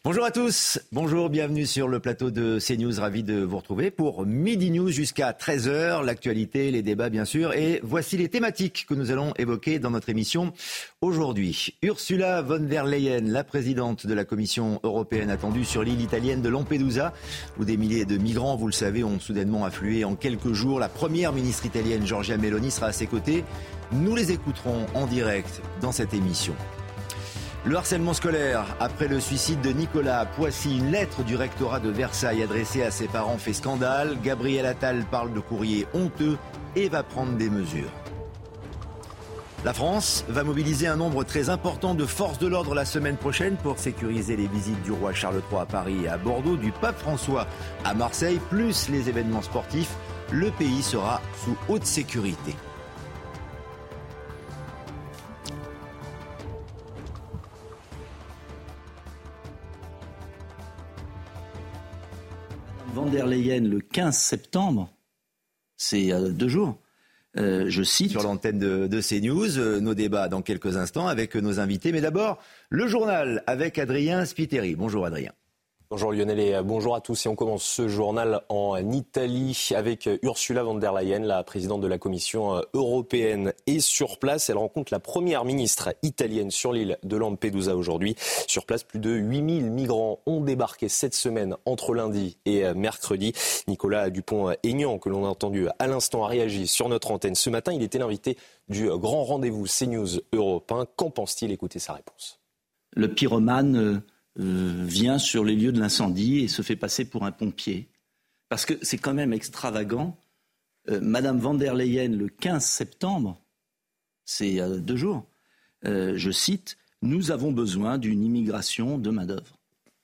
Bonjour à tous, bonjour, bienvenue sur le plateau de CNews, ravi de vous retrouver pour Midi News jusqu'à 13h, l'actualité, les débats bien sûr, et voici les thématiques que nous allons évoquer dans notre émission aujourd'hui. Ursula von der Leyen, la présidente de la Commission européenne attendue sur l'île italienne de Lampedusa, où des milliers de migrants, vous le savez, ont soudainement afflué en quelques jours. La première ministre italienne, Giorgia Meloni, sera à ses côtés. Nous les écouterons en direct dans cette émission. Le harcèlement scolaire, après le suicide de Nicolas à Poissy, une lettre du rectorat de Versailles adressée à ses parents fait scandale. Gabriel Attal parle de courrier honteux et va prendre des mesures. La France va mobiliser un nombre très important de forces de l'ordre la semaine prochaine pour sécuriser les visites du roi Charles III à Paris et à Bordeaux, du pape François à Marseille, plus les événements sportifs. Le pays sera sous haute sécurité. Von der Leyen le 15 septembre, c'est 2 jours, je cite... Sur l'antenne de CNews, nos débats dans quelques instants avec nos invités. Mais d'abord, le journal avec Adrien Spiteri. Bonjour Adrien. Bonjour Lionel et bonjour à tous. Et on commence ce journal en Italie avec Ursula von der Leyen, la présidente de la Commission européenne, est sur place. Elle rencontre la première ministre italienne sur l'île de Lampedusa aujourd'hui. Sur place, plus de 8000 migrants ont débarqué cette semaine entre lundi et mercredi. Nicolas Dupont-Aignan, que l'on a entendu à l'instant, a réagi sur notre antenne ce matin. Il était l'invité du grand rendez-vous CNews Europe 1. Qu'en pense-t-il ? Écoutez sa réponse. Le pyromane... vient sur les lieux de l'incendie et se fait passer pour un pompier. Parce que c'est quand même extravagant. Madame von der Leyen, le 15 septembre, c'est 2 jours, je cite, « Nous avons besoin d'une immigration de main-d'œuvre »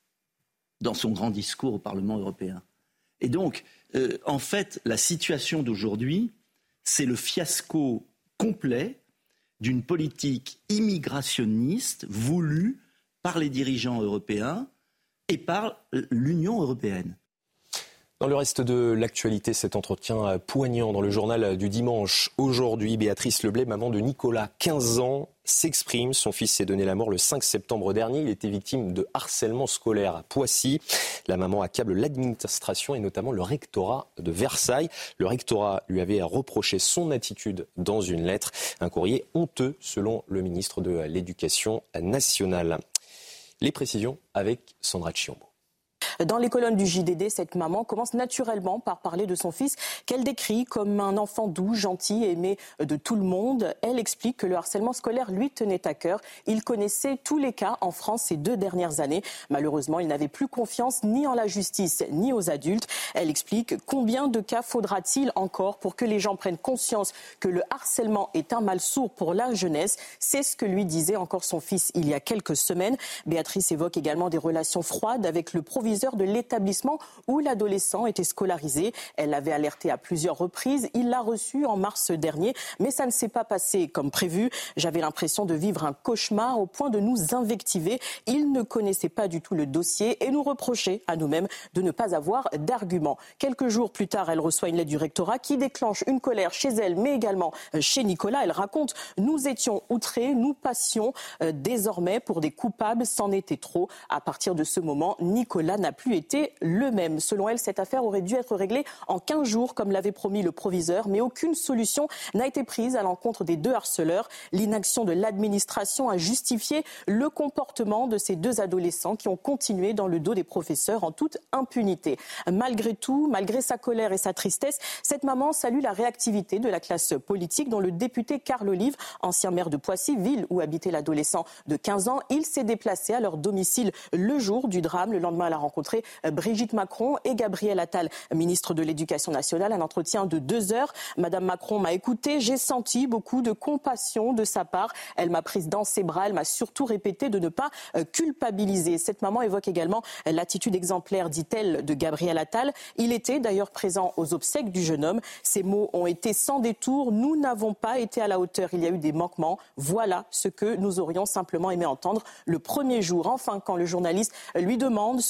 dans son grand discours au Parlement européen. Et donc, en fait, la situation d'aujourd'hui, c'est le fiasco complet d'une politique immigrationniste voulue par les dirigeants européens et par l'Union européenne. Dans le reste de l'actualité, cet entretien poignant dans le journal du dimanche. Aujourd'hui, Béatrice Leblay, maman de Nicolas, 15 ans, s'exprime. Son fils s'est donné la mort le 5 septembre dernier. Il était victime de harcèlement scolaire à Poissy. La maman accable l'administration et notamment le rectorat de Versailles. Le rectorat lui avait reproché son attitude dans une lettre. Un courrier honteux, selon le ministre de l'Éducation nationale. Les précisions avec Sandra Chiombo. Dans les colonnes du JDD, cette maman commence naturellement par parler de son fils qu'elle décrit comme un enfant doux, gentil, aimé de tout le monde. Elle explique que le harcèlement scolaire lui tenait à cœur. Il connaissait tous les cas en France ces 2 dernières années. Malheureusement, il n'avait plus confiance ni en la justice ni aux adultes. Elle explique combien de cas faudra-t-il encore pour que les gens prennent conscience que le harcèlement est un mal sourd pour la jeunesse. C'est ce que lui disait encore son fils il y a quelques semaines. Béatrice évoque également des relations froides avec le proviseur de l'établissement où l'adolescent était scolarisé. Elle l'avait alerté à plusieurs reprises. Il l'a reçu en mars dernier, mais ça ne s'est pas passé comme prévu. J'avais l'impression de vivre un cauchemar au point de nous invectiver. Il ne connaissait pas du tout le dossier et nous reprochait à nous-mêmes de ne pas avoir d'arguments. Quelques jours plus tard, elle reçoit une lettre du rectorat qui déclenche une colère chez elle, mais également chez Nicolas. Elle raconte « Nous étions outrés, nous passions désormais pour des coupables, c'en était trop ». À partir de ce moment, Nicolas n'a plus été le même. Selon elle, cette affaire aurait dû être réglée en 15 jours, comme l'avait promis le proviseur, mais aucune solution n'a été prise à l'encontre des 2 harceleurs. L'inaction de l'administration a justifié le comportement de ces 2 adolescents qui ont continué dans le dos des professeurs en toute impunité. Malgré tout, malgré sa colère et sa tristesse, cette maman salue la réactivité de la classe politique dont le député Carl Olive, ancien maire de Poissy, ville où habitait l'adolescent de 15 ans, il s'est déplacé à leur domicile le jour du drame. Le lendemain, elle a rencontré Brigitte Macron et Gabriel Attal, ministre de l'Éducation nationale. Un entretien de 2 heures. Madame Macron m'a écouté. J'ai senti beaucoup de compassion de sa part. Elle m'a prise dans ses bras. Elle m'a surtout répété de ne pas culpabiliser. Cette maman évoque également l'attitude exemplaire, dit-elle, de Gabriel Attal. Il était d'ailleurs présent aux obsèques du jeune homme. Ces mots ont été sans détour. Nous n'avons pas été à la hauteur. Il y a eu des manquements. Voilà ce que nous aurions simplement aimé entendre le premier jour. Enfin, quand le journaliste lui demande ce qu'elle attend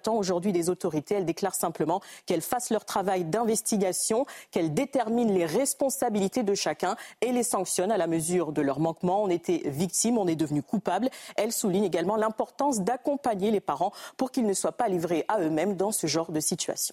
attend aujourd'hui des autorités. Elle déclare simplement qu'elles fassent leur travail d'investigation, qu'elles déterminent les responsabilités de chacun et les sanctionnent à la mesure de leurs manquements. On était victime, on est devenu coupable. Elle souligne également l'importance d'accompagner les parents pour qu'ils ne soient pas livrés à eux-mêmes dans ce genre de situation.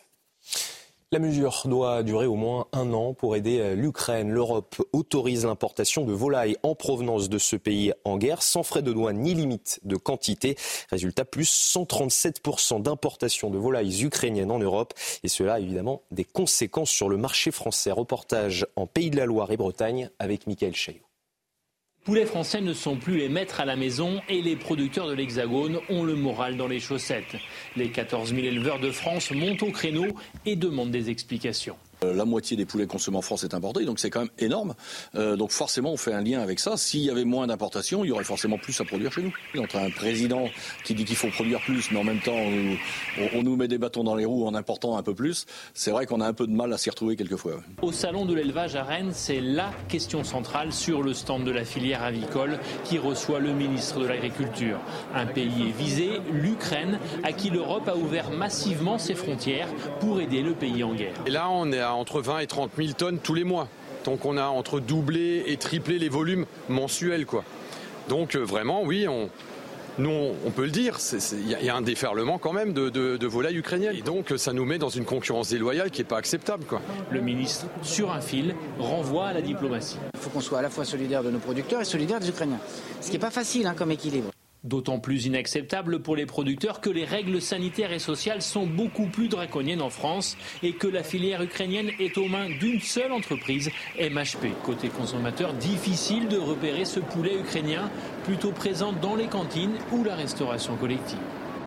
La mesure doit durer au moins 1 an pour aider l'Ukraine. L'Europe autorise l'importation de volailles en provenance de ce pays en guerre, sans frais de douane ni limite de quantité. Résultat, plus 137% d'importation de volailles ukrainiennes en Europe. Et cela a évidemment des conséquences sur le marché français. Reportage en Pays de la Loire et Bretagne avec Mickaël Chaillot. Les poulets français ne sont plus les maîtres à la maison et les producteurs de l'Hexagone ont le moral dans les chaussettes. Les 14 000 éleveurs de France montent au créneau et demandent des explications. La moitié des poulets consommés en France est importé, donc c'est quand même énorme. Donc forcément, on fait un lien avec ça. S'il y avait moins d'importation, il y aurait forcément plus à produire chez nous. Entre un président qui dit qu'il faut produire plus, mais en même temps, on nous met des bâtons dans les roues en important un peu plus, c'est vrai qu'on a un peu de mal à s'y retrouver quelquefois. Au salon de l'élevage à Rennes, c'est la question centrale sur le stand de la filière avicole qui reçoit le ministre de l'Agriculture. Un pays est visé, l'Ukraine, à qui l'Europe a ouvert massivement ses frontières pour aider le pays en guerre. Et là, on est à entre 20 et 30 000 tonnes tous les mois. Donc on a entre doublé et triplé les volumes mensuels, quoi. Donc vraiment, oui, on peut le dire, il y a un déferlement quand même de volailles ukrainiennes. Et donc ça nous met dans une concurrence déloyale qui n'est pas acceptable, quoi. Le ministre, sur un fil, renvoie à la diplomatie. Il faut qu'on soit à la fois solidaire de nos producteurs et solidaire des Ukrainiens. Ce qui n'est pas facile comme équilibre. D'autant plus inacceptable pour les producteurs que les règles sanitaires et sociales sont beaucoup plus draconiennes en France et que la filière ukrainienne est aux mains d'une seule entreprise, MHP. Côté consommateur, difficile de repérer ce poulet ukrainien, plutôt présent dans les cantines ou la restauration collective.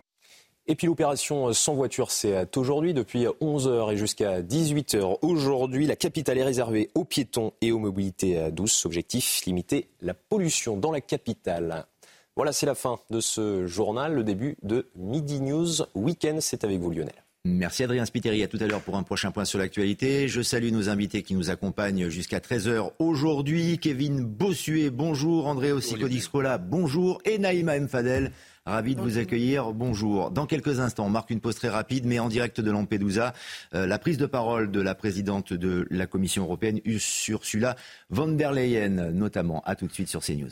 Et puis l'opération sans voiture, c'est aujourd'hui depuis 11h et jusqu'à 18h. Aujourd'hui, la capitale est réservée aux piétons et aux mobilités douces. Objectif, limiter la pollution dans la capitale. Voilà, c'est la fin de ce journal, le début de Midi News Weekend. C'est avec vous, Lionel. Merci Adrien Spiteri, à tout à l'heure pour un prochain point sur l'actualité. Je salue nos invités qui nous accompagnent jusqu'à 13h aujourd'hui. Kevin Bossuet, bonjour. André Ossicodix-Cola, bonjour. Et Naïma M. Fadel, ravi de vous accueillir, bonjour. Dans quelques instants, on marque une pause très rapide, mais en direct de Lampedusa, la prise de parole de la présidente de la Commission européenne, Ursula von der Leyen, notamment. À tout de suite sur CNews.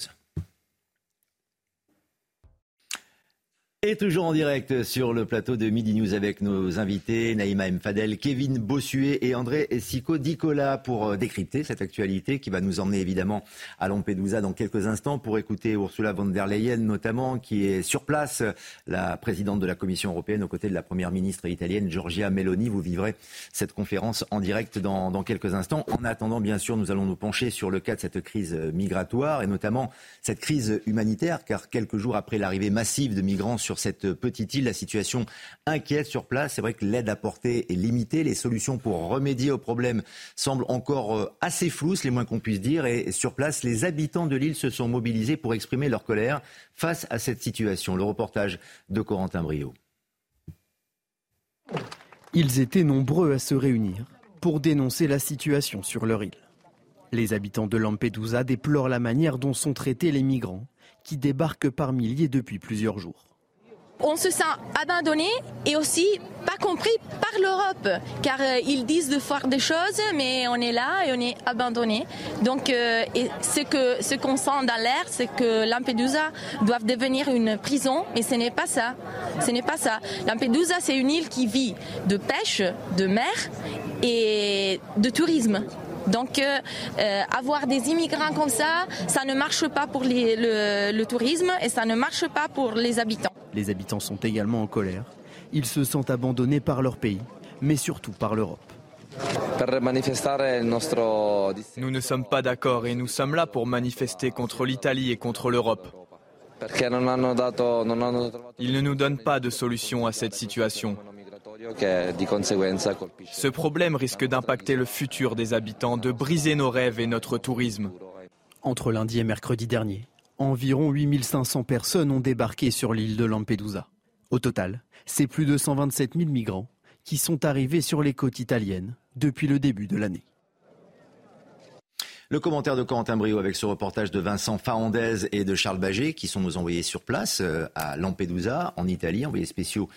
Et toujours en direct sur le plateau de Midi News avec nos invités, Naïma M. Fadel, Kevin Bossuet et André Sicot-Dicola pour décrypter cette actualité qui va nous emmener évidemment à Lampedusa dans quelques instants pour écouter Ursula von der Leyen notamment qui est sur place, la présidente de la Commission européenne aux côtés de la première ministre italienne Giorgia Meloni. Vous vivrez cette conférence en direct dans quelques instants. En attendant, bien sûr, nous allons nous pencher sur le cas de cette crise migratoire et notamment cette crise humanitaire car quelques jours après l'arrivée massive de migrants sur cette petite île, la situation inquiète sur place. C'est vrai que l'aide apportée est limitée. Les solutions pour remédier au problème semblent encore assez floues, c'est le moins qu'on puisse dire. Et sur place, les habitants de l'île se sont mobilisés pour exprimer leur colère face à cette situation. Le reportage de Corentin Brio. Ils étaient nombreux à se réunir pour dénoncer la situation sur leur île. Les habitants de Lampedusa déplorent la manière dont sont traités les migrants qui débarquent par milliers depuis plusieurs jours. On se sent abandonné et aussi pas compris par l'Europe, car ils disent de faire des choses, mais on est là et on est abandonné. Donc ce qu'on sent dans l'air, c'est que Lampedusa doit devenir une prison, mais ce n'est pas ça. Ce n'est pas ça. Lampedusa, c'est une île qui vit de pêche, de mer et de tourisme. Donc avoir des immigrants comme ça ne marche pas pour le tourisme et ça ne marche pas pour les habitants. Les habitants sont également en colère. Ils se sentent abandonnés par leur pays, mais surtout par l'Europe. Nous ne sommes pas d'accord et nous sommes là pour manifester contre l'Italie et contre l'Europe. Ils ne nous donnent pas de solution à cette situation. Ce problème risque d'impacter le futur des habitants, de briser nos rêves et notre tourisme. Entre lundi et mercredi dernier, environ 8500 personnes ont débarqué sur l'île de Lampedusa. Au total, c'est plus de 127 000 migrants qui sont arrivés sur les côtes italiennes depuis le début de l'année. Le commentaire de Corentin Brio avec ce reportage de Vincent Fahandez et de Charles Baget qui sont nos envoyés sur place à Lampedusa, en Italie, envoyés spéciaux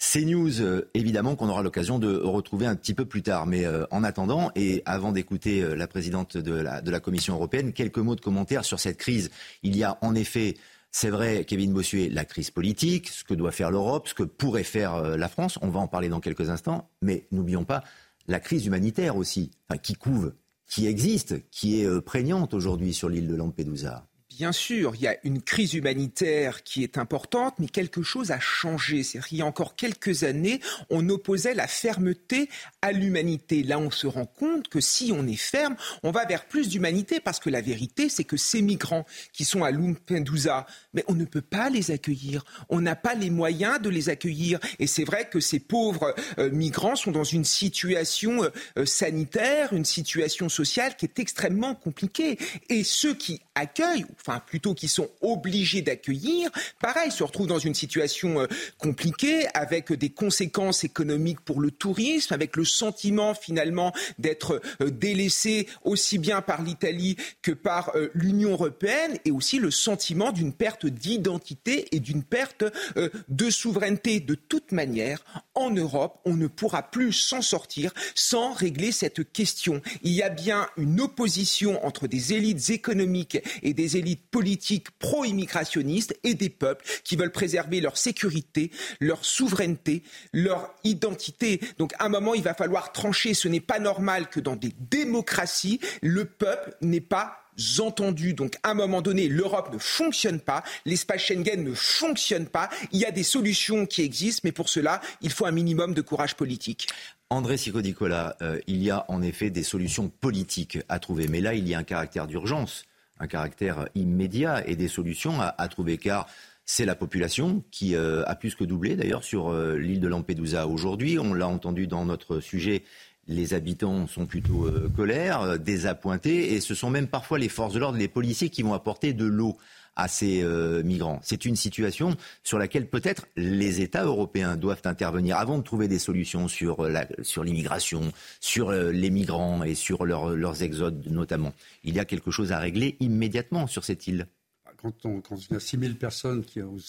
CNews, évidemment, qu'on aura l'occasion de retrouver un petit peu plus tard. Mais en attendant, et avant d'écouter la présidente de la Commission européenne, quelques mots de commentaire sur cette crise. Il y a en effet, c'est vrai, Kevin Bossuet, la crise politique, ce que doit faire l'Europe, ce que pourrait faire la France. On va en parler dans quelques instants. Mais n'oublions pas la crise humanitaire aussi, qui couve, qui existe, qui est prégnante aujourd'hui sur l'île de Lampedusa. Bien sûr, il y a une crise humanitaire qui est importante, mais quelque chose a changé. C'est-à-dire qu'il y a encore quelques années, on opposait la fermeté à l'humanité. Là, on se rend compte que si on est ferme, on va vers plus d'humanité, parce que la vérité, c'est que ces migrants qui sont à Lampedusa, mais on ne peut pas les accueillir. On n'a pas les moyens de les accueillir. Et c'est vrai que ces pauvres migrants sont dans une situation sanitaire, une situation sociale qui est extrêmement compliquée. Et ceux qui accueillent, plutôt qui sont obligés d'accueillir, pareil, se retrouvent dans une situation compliquée, avec des conséquences économiques pour le tourisme, avec le sentiment finalement d'être délaissés aussi bien par l'Italie que par l'Union européenne, et aussi le sentiment d'une perte d'identité et d'une perte de souveraineté. De toute manière, en Europe, on ne pourra plus s'en sortir sans régler cette question. Il y a bien une opposition entre des élites économiques et des élites politiques pro-immigrationnistes et des peuples qui veulent préserver leur sécurité, leur souveraineté, leur identité. Donc à un moment, il va falloir trancher. Ce n'est pas normal que dans des démocraties, le peuple n'ait pas entendu. Donc à un moment donné, l'Europe ne fonctionne pas, l'espace Schengen ne fonctionne pas. Il y a des solutions qui existent, mais pour cela, il faut un minimum de courage politique. André Sicot-Nicolas, il y a en effet des solutions politiques à trouver, mais là, il y a un caractère d'urgence, un caractère immédiat et des solutions à trouver, car c'est la population qui a plus que doublé d'ailleurs sur l'île de Lampedusa aujourd'hui. On l'a entendu dans notre sujet, les habitants sont plutôt colères, désappointés, et ce sont même parfois les forces de l'ordre, les policiers qui vont apporter de l'eau à ces migrants. C'est une situation sur laquelle peut-être les États européens doivent intervenir avant de trouver des solutions sur l'immigration, sur les migrants et sur leurs exodes notamment. Il y a quelque chose à régler immédiatement sur cette île. Quand il y a 6 000 personnes,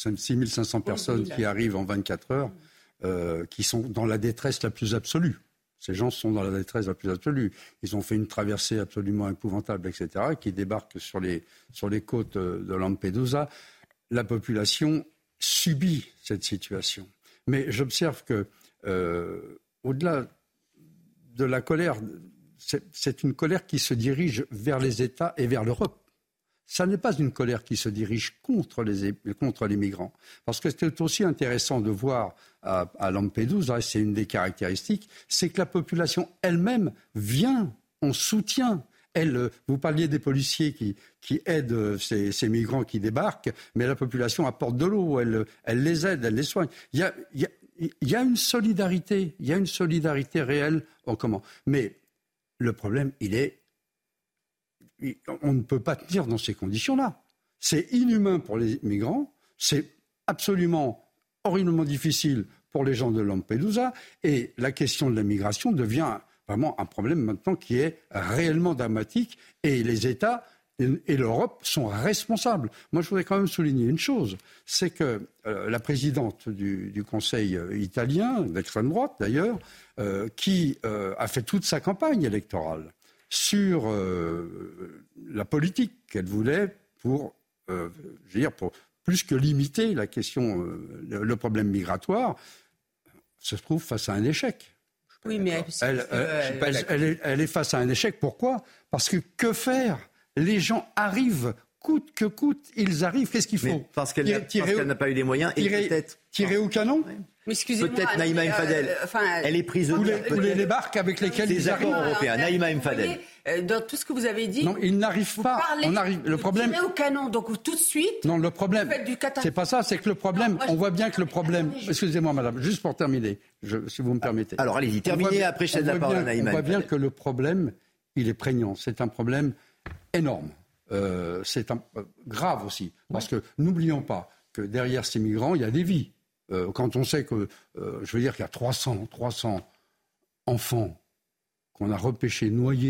6 500 personnes qui arrivent en 24 heures, qui sont dans la détresse la plus absolue. Ces gens sont dans la détresse la plus absolue. Ils ont fait une traversée absolument épouvantable, etc., qui débarquent sur les côtes de Lampedusa. La population subit cette situation. Mais j'observe que, au-delà de la colère, c'est une colère qui se dirige vers les États et vers l'Europe. Ça n'est pas une colère qui se dirige contre les migrants. Parce que c'est aussi intéressant de voir à Lampedusa, et c'est une des caractéristiques, c'est que la population elle-même vient en soutien. Vous parliez des policiers qui aident ces migrants qui débarquent, mais la population apporte de l'eau, elle les aide, elle les soigne. Il y a une solidarité, réelle en commun. Mais le problème, on ne peut pas tenir dans ces conditions-là. C'est inhumain pour les migrants, c'est absolument horriblement difficile pour les gens de Lampedusa, et la question de la migration devient vraiment un problème maintenant qui est réellement dramatique, et les États et l'Europe sont responsables. Moi, je voudrais quand même souligner une chose, c'est que la présidente du Conseil italien, d'extrême droite d'ailleurs, qui a fait toute sa campagne électorale sur la politique qu'elle voulait pour plus que limiter la question, le problème migratoire, se trouve face à un échec. Oui, mais elle est face à un échec. Pourquoi ? Parce que faire ? Les gens arrivent, coûte que coûte, ils arrivent. Qu'est-ce qu'il faut ? Mais parce qu'elle n'a pas eu les moyens et peut-être tirer au canon. Mais excusez-moi, peut-être Naïma M. Fadel. Elle est prisonnière. Ou les barques avec lesquelles ils arrivent. Des accords européens. Naïma M. Fadel. Dans tout ce que vous avez dit, non, ils n'arrivent pas. Le problème, tirer au canon, donc tout de suite. Non, le problème, c'est pas ça. C'est que le problème, on voit bien que le problème. Excusez-moi, madame, juste pour terminer, si vous me permettez. Alors allez-y, terminez. Après, je cède la parole à Naïma. On voit bien que le problème, il est prégnant. C'est un problème énorme. C'est grave aussi, parce que n'oublions pas que derrière ces migrants, il y a des vies. Quand on sait que, qu'il y a 300 enfants qu'on a repêchés, noyés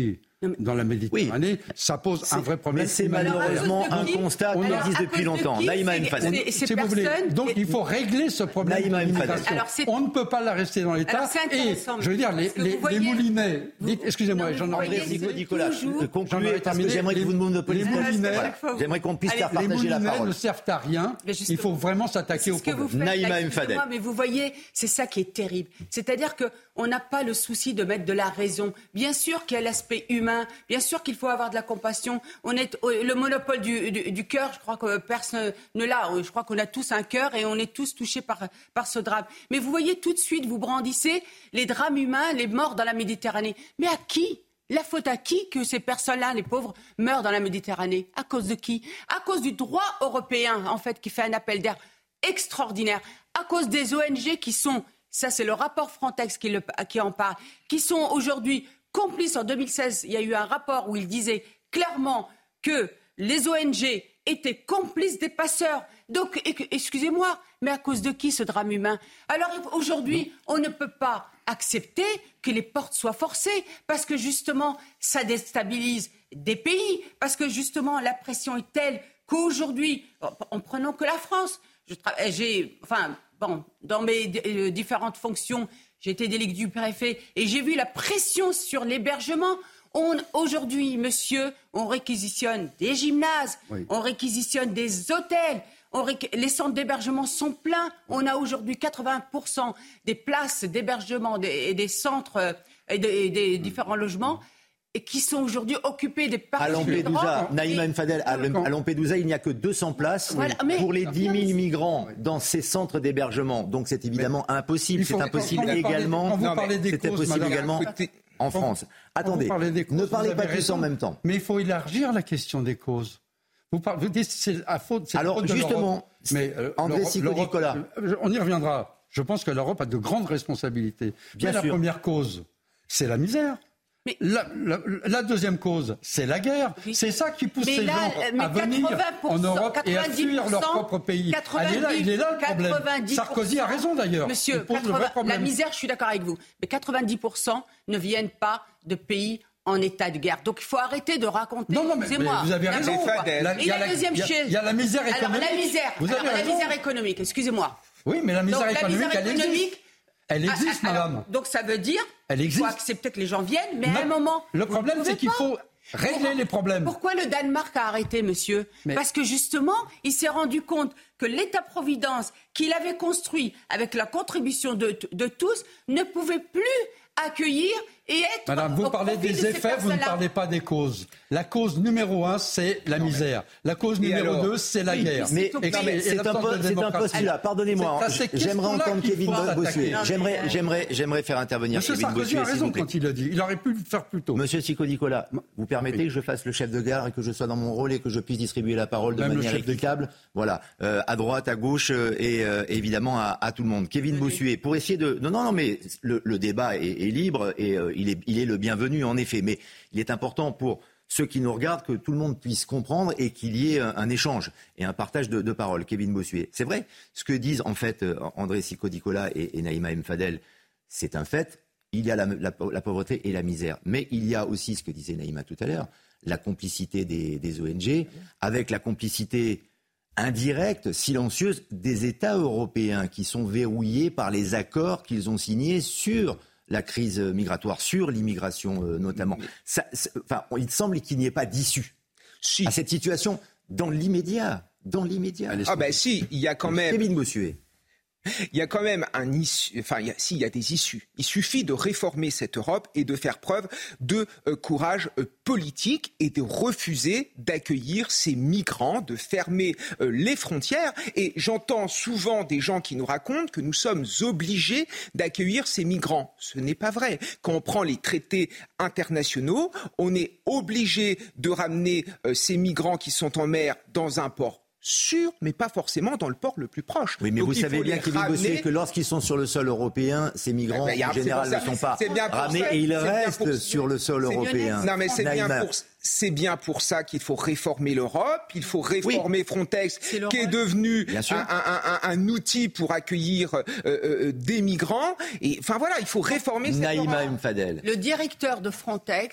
dans la Méditerranée, ça pose un vrai problème. Mais c'est malheureusement un constat qu'on existe depuis longtemps. Naïma M. Fadel. Si vous voulez. Donc il faut régler ce problème d'immigration. On ne peut pas la rester dans l'État. Et je veux dire, les moulinets. Excusez-moi, Jean-André Nicolas, concluez parce que j'aimerais que vous ne monopolisez pas. J'aimerais qu'on puisse faire partager la parole. Les moulinets ne servent à rien. Il faut vraiment s'attaquer au problème. Naïma M. Fadel. Mais vous voyez, c'est ça qui est terrible. C'est-à-dire qu'on n'a pas le souci de mettre de la raison. Bien sûr qu'il y a l'aspect humain. Bien sûr qu'il faut avoir de la compassion. On est le monopole du cœur. Je crois que personne ne l'a. Je crois qu'on a tous un cœur et on est tous touchés par ce drame. Mais vous voyez, tout de suite, vous brandissez les drames humains, les morts dans la Méditerranée. Mais à qui ? La faute à qui que ces personnes-là, les pauvres, meurent dans la Méditerranée ? À cause de qui ? À cause du droit européen, en fait, qui fait un appel d'air extraordinaire. À cause des ONG qui sont, ça c'est le rapport Frontex qui en parle, qui sont aujourd'hui complices. En 2016, il y a eu un rapport où il disait clairement que les ONG étaient complices des passeurs. Donc, excusez-moi, mais à cause de qui ce drame humain ? Alors aujourd'hui, on ne peut pas accepter que les portes soient forcées parce que justement, ça déstabilise des pays, parce que justement, la pression est telle qu'aujourd'hui, en prenant que la France, dans mes différentes fonctions, j'ai été délégué du préfet et j'ai vu la pression sur l'hébergement. Aujourd'hui, monsieur, on réquisitionne des gymnases, on réquisitionne des hôtels, les centres d'hébergement sont pleins. On a aujourd'hui 80% des places d'hébergement et des centres et des différents logements et qui sont aujourd'hui occupés des parties. À Lampedusa, Naïma M. Fadel, à Lampedusa, il n'y a que 200 places pour les 10 000 migrants dans ces centres d'hébergement. Donc c'est évidemment impossible. C'est impossible également. C'est impossible également en France. Attendez, ne parlez pas tous en même temps. Mais il faut élargir la question des causes. Vous dites c'est à faute. Alors justement, André Sico-Nicolas, on y reviendra. Je pense que l'Europe a de grandes responsabilités. Bien sûr. La première cause, c'est la misère. Mais la deuxième cause, c'est la guerre. Oui. C'est ça qui pousse ces gens à venir en Europe et à fuir leur propre pays. Il est là le problème. Sarkozy a raison d'ailleurs. Monsieur, la misère, je suis d'accord avec vous. Mais 90% ne viennent pas de pays en état de guerre. Donc il faut arrêter de raconter. Non, mais vous avez raison. Il y a la deuxième chose. Il y a la misère économique. Alors la misère économique, excusez-moi. Oui, mais la misère économique, elle existe. Elle existe, madame. Donc ça veut dire qu'il faut accepter que les gens viennent, mais à un moment... Le problème, c'est qu'il faut régler les problèmes. Pourquoi le Danemark a arrêté, monsieur ? Parce que justement, il s'est rendu compte que l'État-providence qu'il avait construit avec la contribution de tous ne pouvait plus accueillir et être... Madame, vous parlez des effets, vous ne parlez pas des causes. La cause numéro 1, c'est la misère. La cause numéro 2, c'est la guerre. Mais c'est un postulat. Pardonnez-moi. J'aimerais entendre Kevin Bossuet. J'aimerais faire intervenir Kevin Bossuet. Monsieur Sarkozy a raison quand il a dit. Il aurait pu le faire plus tôt. Monsieur Sico-Nicolas, vous permettez que je fasse le chef de gare et que je sois dans mon rôle et que je puisse distribuer la parole de manière équitable. Voilà. À droite, à gauche et évidemment à tout le monde. Kevin Bossuet, pour essayer de... Non, mais le débat est libre et il est le bienvenu en effet. Mais il est important pour ceux qui nous regardent que tout le monde puisse comprendre et qu'il y ait un échange et un partage de paroles. Kevin Bossuet, c'est vrai, ce que disent en fait André Sico-Nicolas et Naïma M. Fadel, c'est un fait. Il y a la pauvreté et la misère. Mais il y a aussi ce que disait Naïma tout à l'heure, la complicité des ONG, avec la complicité indirecte, silencieuse des États européens qui sont verrouillés par les accords qu'ils ont signés sur la crise migratoire, sur l'immigration notamment. Il semble qu'il n'y ait pas d'issue à cette situation dans l'immédiat. Si, il y a quand même... Kevin Bossuet. Il y a quand même il y a des issues. Il suffit de réformer cette Europe et de faire preuve de courage politique et de refuser d'accueillir ces migrants, de fermer les frontières. Et j'entends souvent des gens qui nous racontent que nous sommes obligés d'accueillir ces migrants. Ce n'est pas vrai. Quand on prend les traités internationaux, on est obligé de ramener ces migrants qui sont en mer dans un port sûr, mais pas forcément dans le port le plus proche. Oui, mais donc, vous savez bien, Kevin Bossuet, que lorsqu'ils sont sur le sol européen, ces migrants, en général, ne sont pas ramenés et ils restent sur le sol européen. Non, mais c'est bien pour ça qu'il faut réformer l'Europe, il faut réformer Frontex, qui est devenu un outil pour accueillir des migrants. Et enfin voilà, il faut réformer cette Europe. Naïma M. Fadel. Le directeur de Frontex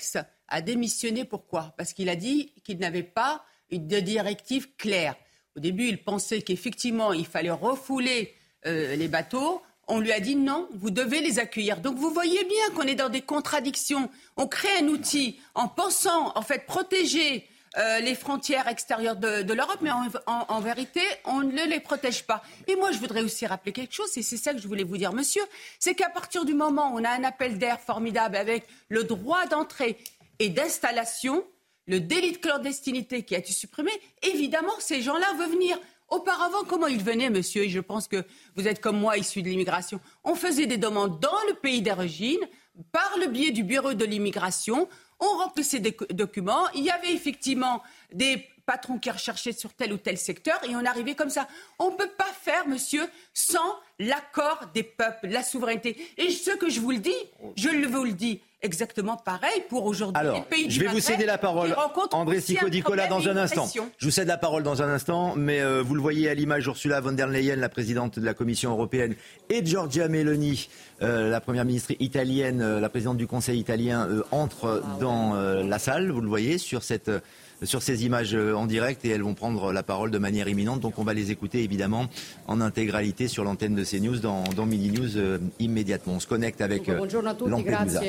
a démissionné. Pourquoi ? Parce qu'il a dit qu'il n'avait pas de directive claire. Au début, il pensait qu'effectivement, il fallait refouler les bateaux. On lui a dit non, vous devez les accueillir. Donc vous voyez bien qu'on est dans des contradictions. On crée un outil en pensant, en fait, protéger les frontières extérieures de l'Europe, mais en vérité, on ne les protège pas. Et moi, je voudrais aussi rappeler quelque chose, et c'est ça que je voulais vous dire, monsieur, c'est qu'à partir du moment où on a un appel d'air formidable avec le droit d'entrée et d'installation, le délit de clandestinité qui a été supprimé, évidemment, ces gens-là veulent venir. Auparavant, comment ils venaient, monsieur ? Et je pense que vous êtes comme moi, issus de l'immigration. On faisait des demandes dans le pays d'origine, par le biais du bureau de l'immigration. On remplissait des documents. Il y avait effectivement des patrons qui recherchaient sur tel ou tel secteur et on arrivait comme ça. On ne peut pas faire, monsieur, sans l'accord des peuples, la souveraineté. Et ce que je vous le dis, vous le dis exactement pareil pour aujourd'hui. Alors, les pays je vais vous céder la parole, André Sicot-Nicolas, dans un instant. Je vous cède la parole dans un instant, mais vous le voyez à l'image, Ursula von der Leyen, la présidente de la Commission européenne, et Giorgia Meloni, la première ministre italienne, la présidente du Conseil italien, entrent dans la salle, vous le voyez, sur ces images en direct, et elles vont prendre la parole de manière imminente. Donc on va les écouter évidemment en intégralité sur l'antenne de CNews dans Midi News immédiatement. On se connecte avec Lampedusa.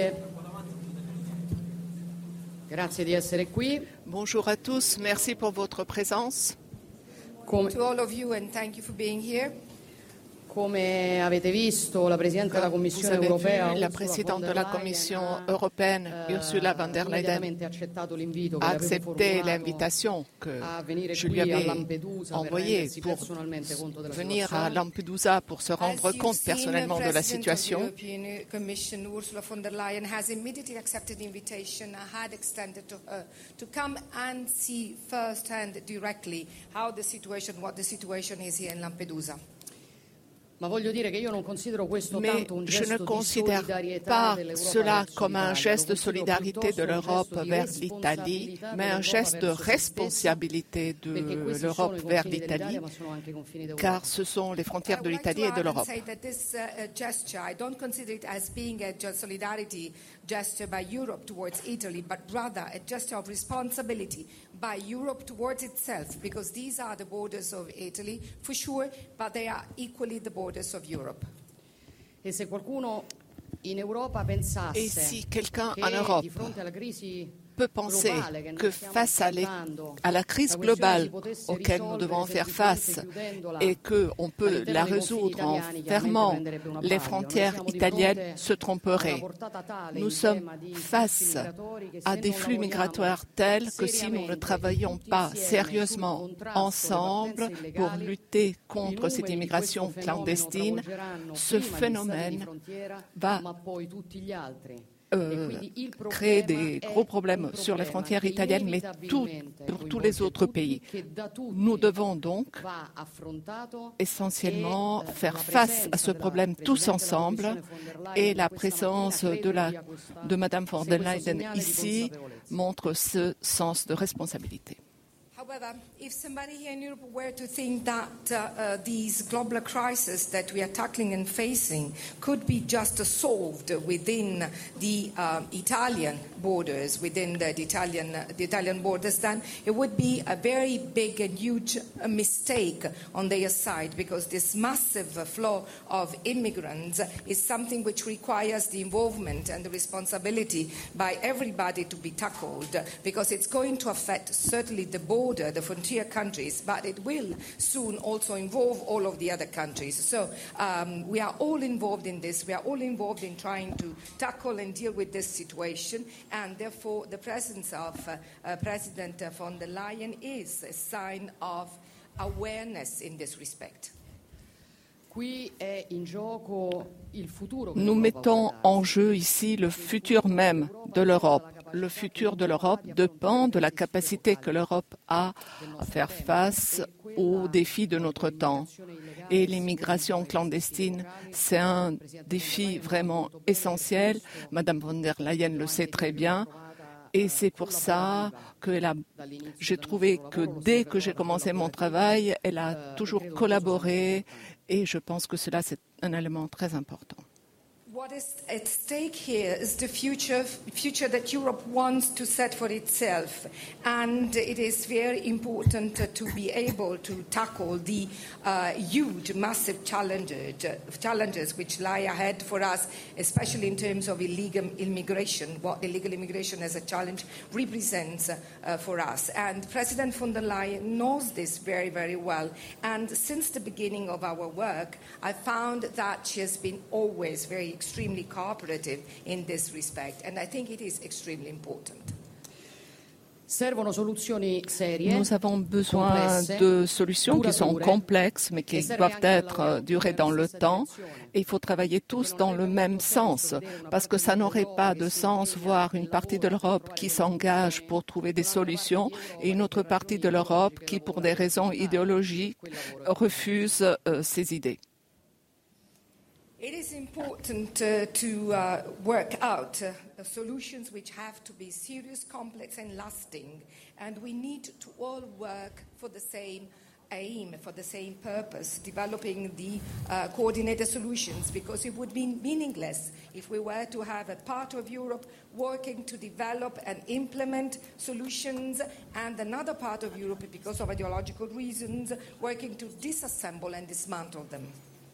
Bonjour à tous, merci pour votre présence. To all of you and thank you for being here. Come avete visto, la Presidente della Commissione europea, la présidente de la Commission européenne, Ursula von der Leyen, a accepté l'invitation que je lui avais envoyée pour venir à Lampedusa pour se rendre compte personnellement de la situation. Ursula von der Leyen has immediately accepted the invitation I had extended to her to come and see firsthand directly what the situation is here in Lampedusa. Mais je ne considère pas cela comme un geste de solidarité de l'Europe vers l'Italie, mais un geste de responsabilité de l'Europe vers l'Italie, car ce sont les frontières de l'Italie et de l'Europe. Gesture by Europe towards Italy, but rather a gesture of responsibility by Europe towards itself, because these are the borders of Italy, for sure, but they are equally the borders of Europe. Et si quelqu'un en Europe peut penser que face à la crise globale auquel nous devons faire face et qu'on peut la résoudre en fermant les frontières italiennes, se tromperait. Nous sommes face à des flux migratoires tels que si nous ne travaillons pas sérieusement ensemble pour lutter contre cette immigration clandestine, ce phénomène va créer des gros problèmes sur les frontières italiennes, mais pour tous les autres pays. Nous devons donc essentiellement faire face à ce problème tous ensemble, et la présence de Mme von der Leyen ici montre ce sens de responsabilité. However, if somebody here in Europe were to think that these global crises that we are tackling and facing could be just solved within the Italian borders, within the Italian borders, then it would be a very big and huge mistake on their side, because this massive flow of immigrants is something which requires the involvement and the responsibility by everybody to be tackled, because it's going to affect certainly the the frontier countries, but it will soon also involve all of the other countries. So we are all involved in this. We are all involved in trying to tackle and deal with this situation, and therefore the presence of President von der Leyen is a sign of awareness in this respect. Nous mettons en jeu ici le futur même de l'Europe. Le futur de l'Europe dépend de la capacité que l'Europe a à faire face aux défis de notre temps. Et l'immigration clandestine, c'est un défi vraiment essentiel. Madame von der Leyen le sait très bien. Et c'est pour ça que j'ai trouvé que dès que j'ai commencé mon travail, elle a toujours collaboré, et je pense que cela, c'est un élément très important. What is at stake here is the future that Europe wants to set for itself, and it is very important to be able to tackle the huge, massive challenges which lie ahead for us, especially in terms of illegal immigration, what illegal immigration as a challenge represents for us. And President von der Leyen knows this very, very well. And since the beginning of our work, I found that she has been always extremely cooperative in this respect, and I think it is extremely important. Nous avons besoin de solutions qui sont complexes, mais qui doivent être durées dans le temps. Et il faut travailler tous dans le même sens, parce que ça n'aurait pas de sens voir une partie de l'Europe qui s'engage pour trouver des solutions et une autre partie de l'Europe qui, pour des raisons idéologiques, refuse ces idées. It is important to work out solutions which have to be serious, complex and lasting. And we need to all work for the same aim, for the same purpose, developing the coordinated solutions, because it would be meaningless if we were to have a part of Europe working to develop and implement solutions and another part of Europe, because of ideological reasons, working to disassemble and dismantle them.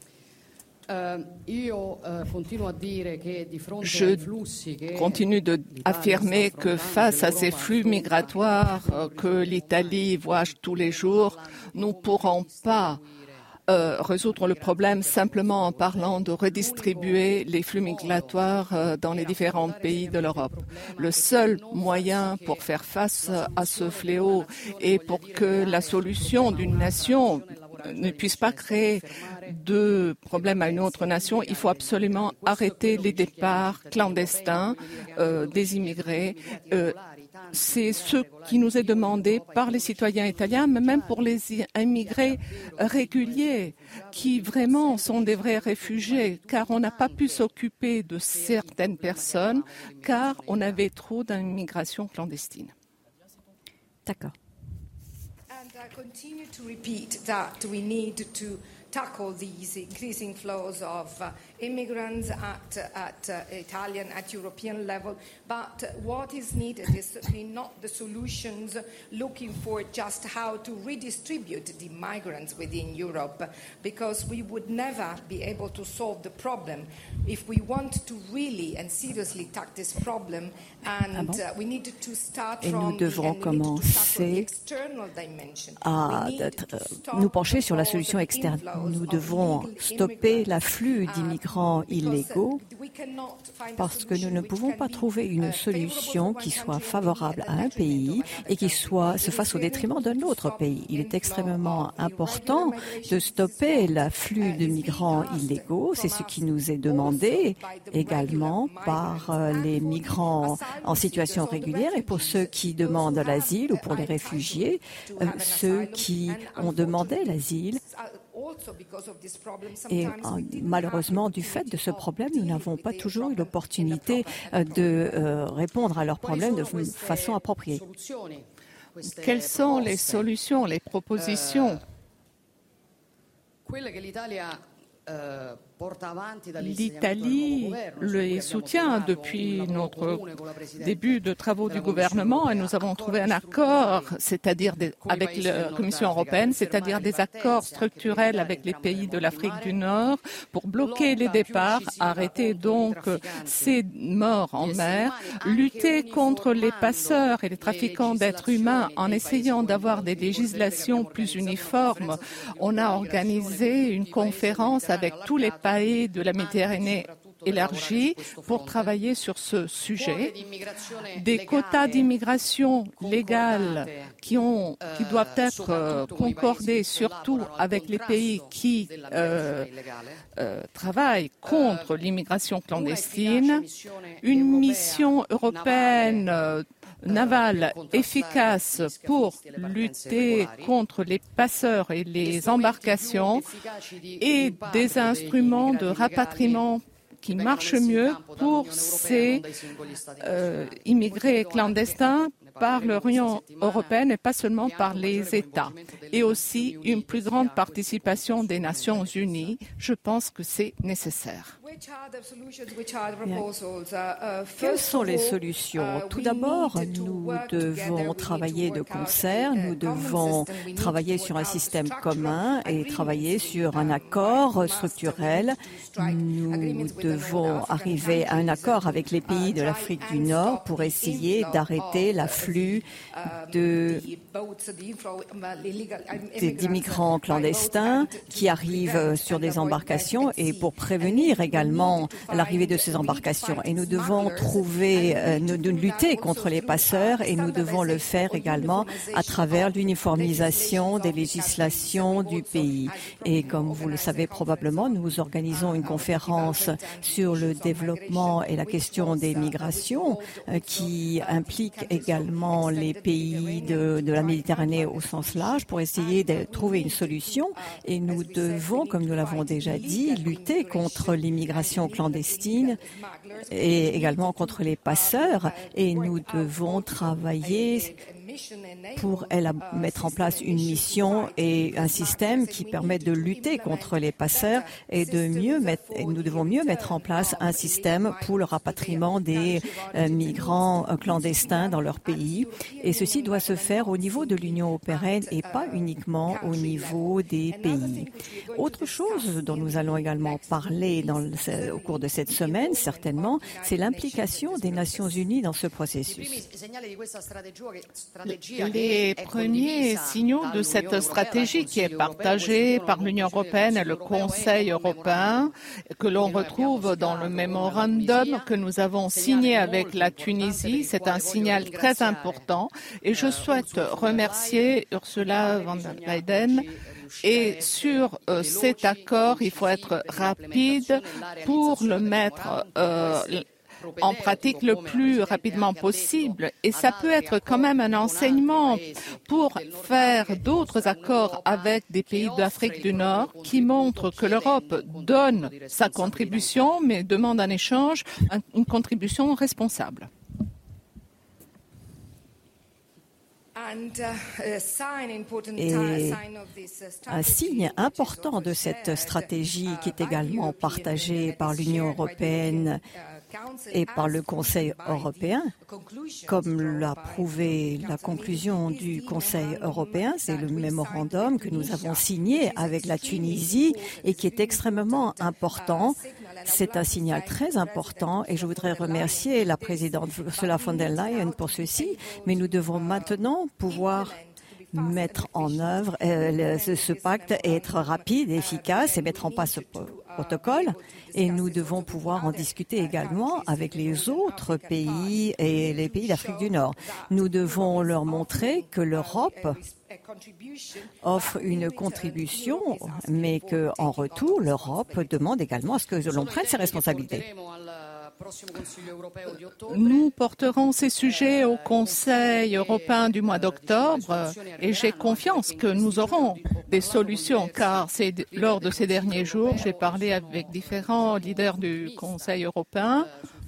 Je continue d'affirmer que face à ces flux migratoires que l'Italie voit tous les jours, nous ne pourrons pas résoudre le problème simplement en parlant de redistribuer les flux migratoires dans les différents pays de l'Europe. Le seul moyen pour faire face à ce fléau et pour que la solution d'une nation ne puisse pas créer de problème à une autre nation, il faut absolument arrêter les départs clandestins des immigrés. C'est ce qui nous est demandé par les citoyens italiens, mais même pour les immigrés réguliers, qui vraiment sont des vrais réfugiés, car on n'a pas pu s'occuper de certaines personnes, car on avait trop d'immigration clandestine. D'accord. I continue to repeat that we need to tackle these increasing flows of immigrants at Italian, at European level. But what is needed is certainly not the solutions looking for just how to redistribute the migrants within Europe, because we would never be able to solve the problem if we want to really and seriously tackle this problem. And we need to start from the external dimension. À nous pencher sur la solution externe. Nous devons stopper l'afflux d'immigrants illégaux parce que nous ne pouvons pas trouver une solution qui soit favorable à un pays et qui se fasse au détriment d'un autre pays. Il est extrêmement important de stopper l'afflux de migrants illégaux. C'est ce qui nous est demandé également par les migrants en situation régulière et pour ceux qui demandent l'asile ou pour les réfugiés, ceux qui ont demandé l'asile. Et malheureusement, du fait de ce problème, nous n'avons pas toujours eu l'opportunité de répondre à leurs problèmes de façon appropriée. Quelles sont les solutions, les propositions ? L'Italie les soutient depuis notre début de travaux du gouvernement et nous avons trouvé un accord, c'est-à-dire avec la Commission européenne, c'est-à-dire des accords structurels avec les pays de l'Afrique du Nord pour bloquer les départs, arrêter donc ces morts en mer, lutter contre les passeurs et les trafiquants d'êtres humains en essayant d'avoir des législations plus uniformes. On a organisé une conférence avec tous les pays de la Méditerranée élargie pour travailler sur ce sujet. Des quotas d'immigration légale qui doivent être concordés surtout avec les pays qui travaillent contre l'immigration clandestine. Une mission européenne navale efficace pour lutter contre les passeurs et les embarcations et des instruments de rapatriement qui marchent mieux pour ces immigrés clandestins par l'Union européenne et pas seulement par les États. Et aussi une plus grande participation des Nations unies. Je pense que c'est nécessaire. Quelles sont les solutions? Tout d'abord, nous devons travailler de concert, nous devons travailler sur un système commun et travailler sur un accord structurel. Nous devons arriver à un accord avec les pays de l'Afrique du Nord pour essayer d'arrêter l'afflux d'immigrants clandestins qui arrivent sur des embarcations et pour prévenir également l'arrivée de ces embarcations. Et nous devons lutter contre les passeurs et nous devons le faire également à travers l'uniformisation des législations du pays. Et comme vous le savez probablement, nous organisons une conférence sur le développement et la question des migrations qui implique également les pays de la Méditerranée au sens large pour essayer de trouver une solution. Et nous devons, comme nous l'avons déjà dit, lutter contre l'immigration clandestine et également contre les passeurs. Et nous devons travailler pour mettre en place une mission et un système qui permettent de lutter contre les passeurs et nous devons mieux mettre en place un système pour le rapatriement des migrants clandestins dans leur pays. Et ceci doit se faire au niveau de l'Union européenne et pas uniquement au niveau des pays. Autre chose dont nous allons également parler au cours de cette semaine, certainement, c'est l'implication des Nations Unies dans ce processus. Les premiers signaux de cette stratégie qui est partagée par l'Union européenne et le Conseil européen, que l'on retrouve dans le mémorandum que nous avons signé avec la Tunisie, c'est un signal très important et je souhaite remercier Ursula von der Leyen. Et sur cet accord, il faut être rapide pour le mettre en pratique le plus rapidement possible. Et ça peut être quand même un enseignement pour faire d'autres accords avec des pays d'Afrique du Nord qui montrent que l'Europe donne sa contribution, mais demande en échange une contribution responsable. Et un signe important de cette stratégie qui est également partagée par l'Union européenne et par le Conseil européen, comme l'a prouvé la conclusion du Conseil européen, c'est le mémorandum que nous avons signé avec la Tunisie et qui est extrêmement important. C'est un signal très important et je voudrais remercier la présidente Ursula von der Leyen pour ceci, mais nous devons maintenant pouvoir mettre en œuvre ce pacte et être rapide et efficace et mettre en place ce protocole. Et nous devons pouvoir en discuter également avec les autres pays et les pays d'Afrique du Nord. Nous devons leur montrer que l'Europe offre une contribution, mais qu'en retour, l'Europe demande également à ce que l'on prenne ses responsabilités. Nous porterons ces sujets au Conseil européen du mois d'octobre et j'ai confiance que nous aurons des solutions car lors de ces derniers jours, j'ai parlé avec différents leaders du Conseil européen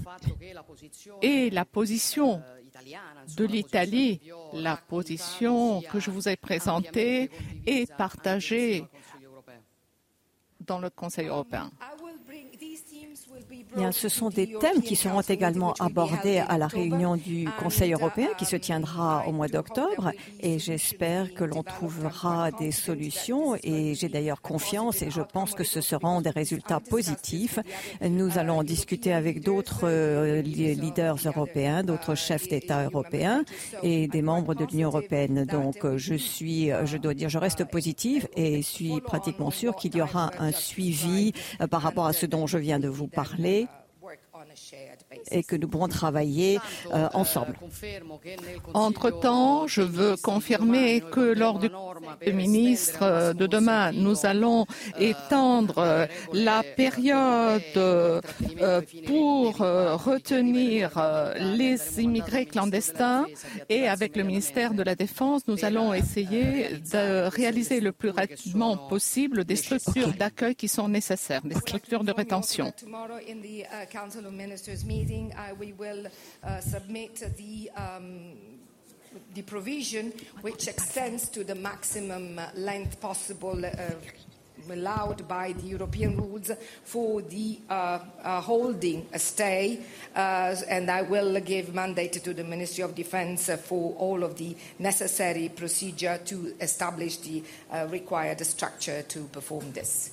et la position de l'Italie, la position que je vous ai présentée est partagée dans le Conseil européen. Bien, ce sont des thèmes qui seront également abordés à la réunion du Conseil européen qui se tiendra au mois d'octobre et j'espère que l'on trouvera des solutions et j'ai d'ailleurs confiance et je pense que ce seront des résultats positifs. Nous allons en discuter avec d'autres leaders européens, d'autres chefs d'État européens et des membres de l'Union européenne. Donc je reste positive et suis pratiquement sûre qu'il y aura un suivi par rapport à ce dont je viens de vous parler et que nous pourrons travailler ensemble. Entre-temps, je veux confirmer que lors du ministre de demain, nous allons étendre la période pour retenir les immigrés clandestins et avec le ministère de la Défense, nous allons essayer de réaliser le plus rapidement possible des structures d'accueil qui sont nécessaires, des structures de rétention. We will submit the provision which extends to the maximum length possible allowed by the European rules for the holding a stay, and I will give mandate to the Ministry of Defence for all of the necessary procedure to establish the required structure to perform this.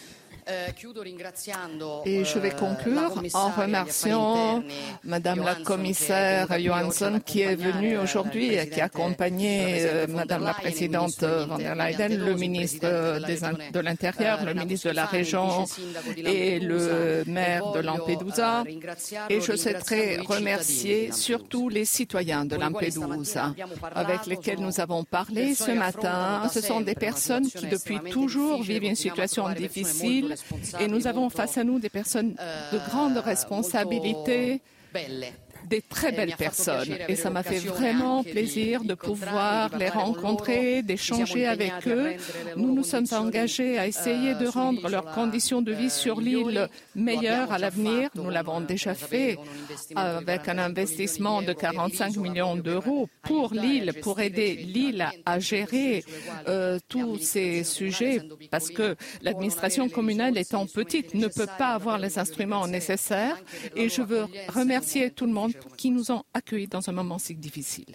Et je vais conclure en remerciant Madame la commissaire Johansson qui est venue aujourd'hui et qui a accompagné Madame la présidente von der Leyen, le ministre de l'Intérieur, le ministre de la Région et le maire de Lampedusa. Et je souhaiterais remercier surtout les citoyens de Lampedusa avec lesquels nous avons parlé ce matin. Ce sont des personnes qui depuis toujours vivent une situation difficile. Et nous avons face à nous des personnes de grande responsabilité, des très belles personnes. Et ça m'a fait vraiment plaisir de pouvoir les rencontrer, d'échanger avec eux. Nous nous sommes engagés à essayer de rendre leurs conditions de vie sur l'île meilleures à l'avenir. Nous l'avons déjà fait avec un investissement de 45 millions d'euros pour l'île, pour aider l'île à gérer tous ces sujets, parce que l'administration communale étant petite ne peut pas avoir les instruments nécessaires. Et je veux remercier tout le monde qui nous ont accueillis dans un moment si difficile.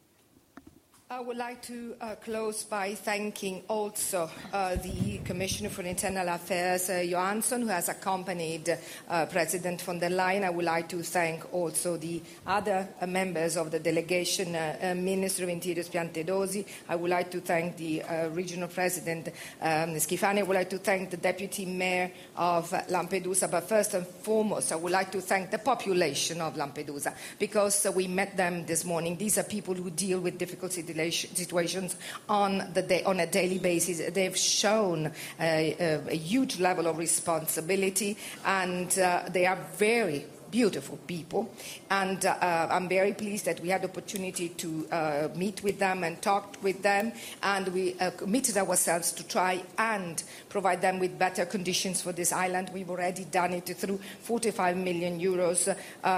I would like to close by thanking also the Commissioner for Internal Affairs, Johansson, who has accompanied President von der Leyen. I would like to thank also the other members of the delegation, Minister of Interior Piantedosi. I would like to thank the Regional President, Schifani. I would like to thank the Deputy Mayor of Lampedusa. But first and foremost, I would like to thank the population of Lampedusa, because we met them this morning. These are people who deal with difficult situations on a daily basis. They've shown a huge level of responsibility, and they are very beautiful people, and I'm very pleased that we had the opportunity to meet with them and talk with them, and we committed ourselves to try and provide them with better conditions for this island. We've already done it through 45 million euros,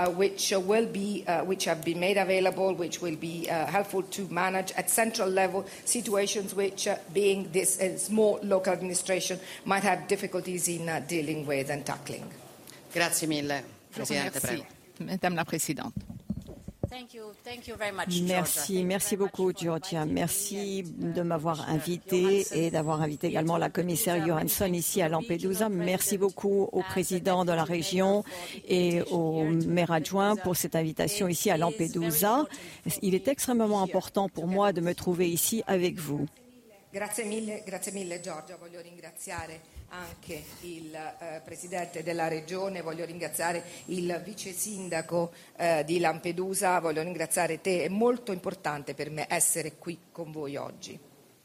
which have been made available, which will be helpful to manage at central level situations which, being this small local administration, might have difficulties in dealing with and tackling. Grazie mille. Merci, Madame la Présidente. Merci beaucoup, Georgia. Merci de m'avoir invité et d'avoir invité également la commissaire Johansson ici à Lampedusa. Merci beaucoup au président de la région et au maire adjoint pour cette invitation ici à Lampedusa. Il est extrêmement important pour moi de me trouver ici avec vous. Grazie mille, Giorgia. Voglio ringraziare anche il Presidente della Regione, voglio ringraziare il Vice Sindaco di Lampedusa, voglio ringraziare te. È molto importante per me essere qui con voi oggi.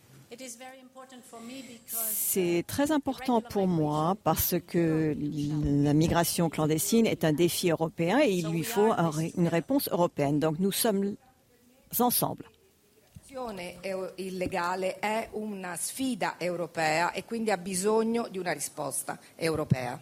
C'est très important pour moi parce que la migration clandestine est un défi européen et il lui faut une réponse européenne. Donc nous sommes ensemble. Illegale è una sfida europea e quindi ha bisogno di una risposta europea.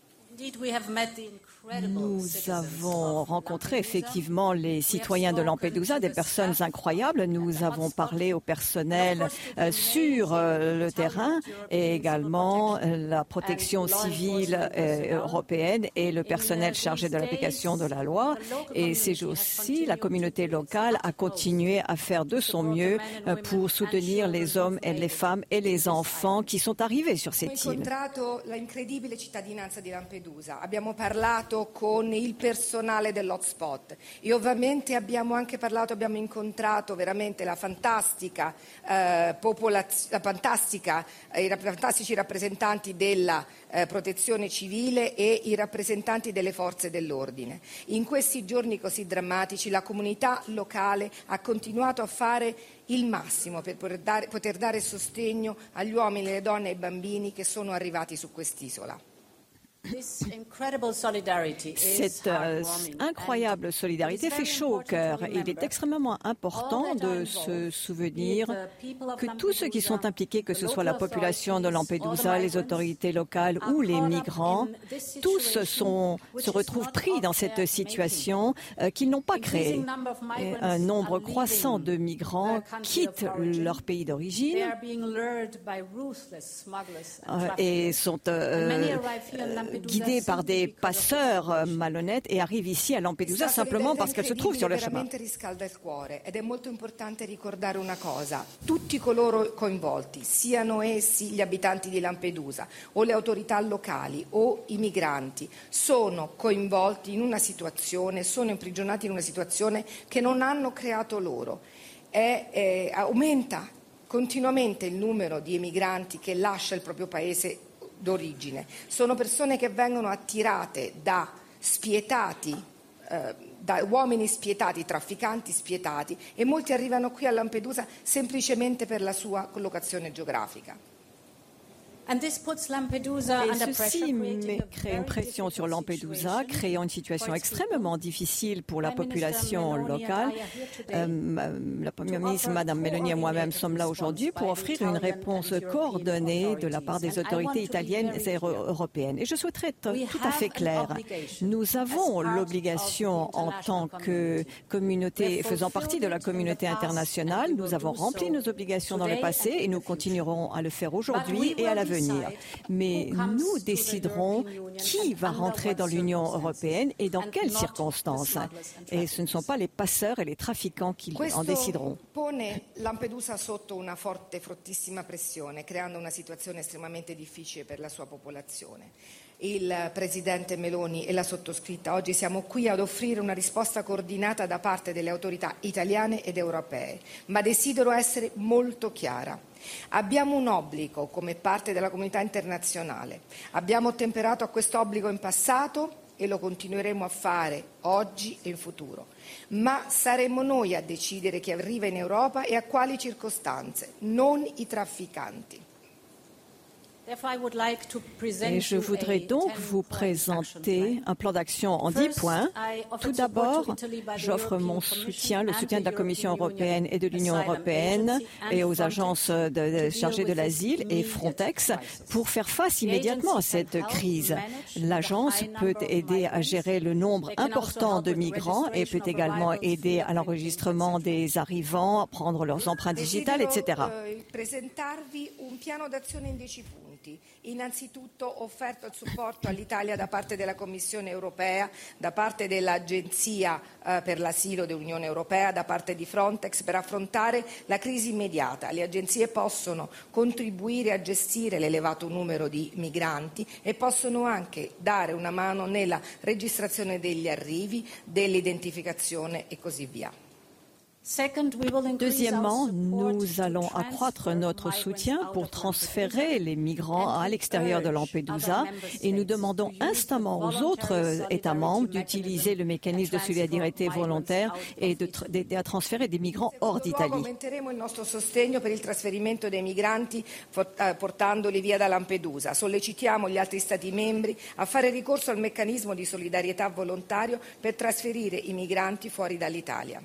Nous avons rencontré effectivement les citoyens de Lampedusa, des personnes incroyables. Nous avons parlé au personnel sur le terrain et également la protection civile européenne et le personnel chargé de l'application de la loi. Et ces jours-ci, la communauté locale a continué à faire de son mieux pour soutenir les hommes et les femmes et les enfants qui sont arrivés sur cette île. Abbiamo parlato con il personale dell'hotspot e ovviamente abbiamo incontrato veramente i fantastici rappresentanti della protezione civile e i rappresentanti delle forze dell'ordine. In questi giorni così drammatici la comunità locale ha continuato a fare il massimo per poter dare sostegno agli uomini, alle donne e ai bambini che sono arrivati su quest'isola. Cette incroyable solidarité fait chaud au cœur. Il est extrêmement important de se souvenir que tous ceux qui sont impliqués, que ce soit la population de Lampedusa, les autorités locales ou les migrants, tous se retrouvent pris dans cette situation qu'ils n'ont pas créée. Un nombre croissant de migrants quittent leur pays d'origine et sont guidés par des passeurs malhonnêtes et arrivent ici à Lampedusa simplement parce qu'elles se trouvent sur le chemin. Ed è molto importante ricordare una cosa: tutti coloro coinvolti, siano essi gli abitanti di Lampedusa o le autorità locali o i migranti, sono coinvolti in una situazione, sono imprigionati in una situazione che non hanno creato loro. Aumenta continuamente il numero di emigranti che lascia il proprio paese d'origine. Sono persone che vengono attirate da spietati, da uomini spietati, trafficanti spietati, e molti arrivano qui a Lampedusa semplicemente per la sua collocazione geografica. Et ceci crée une pression sur Lampedusa, créant une situation extrêmement difficile pour la population locale. La Première ministre, Madame Meloni, et moi-même sommes là aujourd'hui pour offrir une réponse coordonnée de la part des autorités italiennes et européennes. Et je souhaiterais être tout à fait claire. Nous avons l'obligation, en tant que communauté, faisant partie de la communauté internationale, nous avons rempli nos obligations dans le passé et nous continuerons à le faire aujourd'hui et à l'avenir. Mais nous déciderons qui va rentrer dans l'Union européenne et dans quelles circonstances. Et ce ne sont pas les passeurs et les trafiquants qui en décideront. Pone Lampedusa sotto una fortissima pressione, creando una situazione estremamente difficile per la sua popolazione. Il Presidente Meloni e la sottoscritta oggi siamo qui ad offrire una risposta coordinata da parte delle autorità italiane ed europee, ma desidero essere molto chiara. Abbiamo un obbligo come parte della comunità internazionale. Abbiamo ottemperato a questo obbligo in passato e lo continueremo a fare oggi e in futuro. Ma saremo noi a decidere chi arriva in Europa e a quali circostanze, non i trafficanti. Et je voudrais donc vous présenter un plan d'action en 10 points. Tout d'abord, j'offre mon soutien, le soutien de la Commission européenne et de l'Union européenne et aux agences chargées de l'asile et Frontex pour faire face immédiatement à cette crise. L'agence peut aider à gérer le nombre important de migrants et peut également aider à l'enregistrement des arrivants, à prendre leurs empreintes digitales, etc. Innanzitutto offerto il supporto all'Italia da parte della Commissione europea, da parte dell'Agenzia per l'asilo dell'Unione europea, da parte di Frontex per affrontare la crisi immediata. Le agenzie possono contribuire a gestire l'elevato numero di migranti e possono anche dare una mano nella registrazione degli arrivi, dell'identificazione e così via. Deuxièmement, nous allons accroître notre soutien pour transférer les migrants à l'extérieur de Lampedusa et nous demandons instamment aux autres États membres d'utiliser le mécanisme de solidarité volontaire et d'aider à transférer des migrants hors d'Italie. Aumenteremo il nostro sostegno per il trasferimento dei migranti portandoli via da Lampedusa. Sollecitiamo gli altri Stati membri a fare ricorso al meccanismo di solidarietà volontario per trasferire i migranti fuori dall'Italia.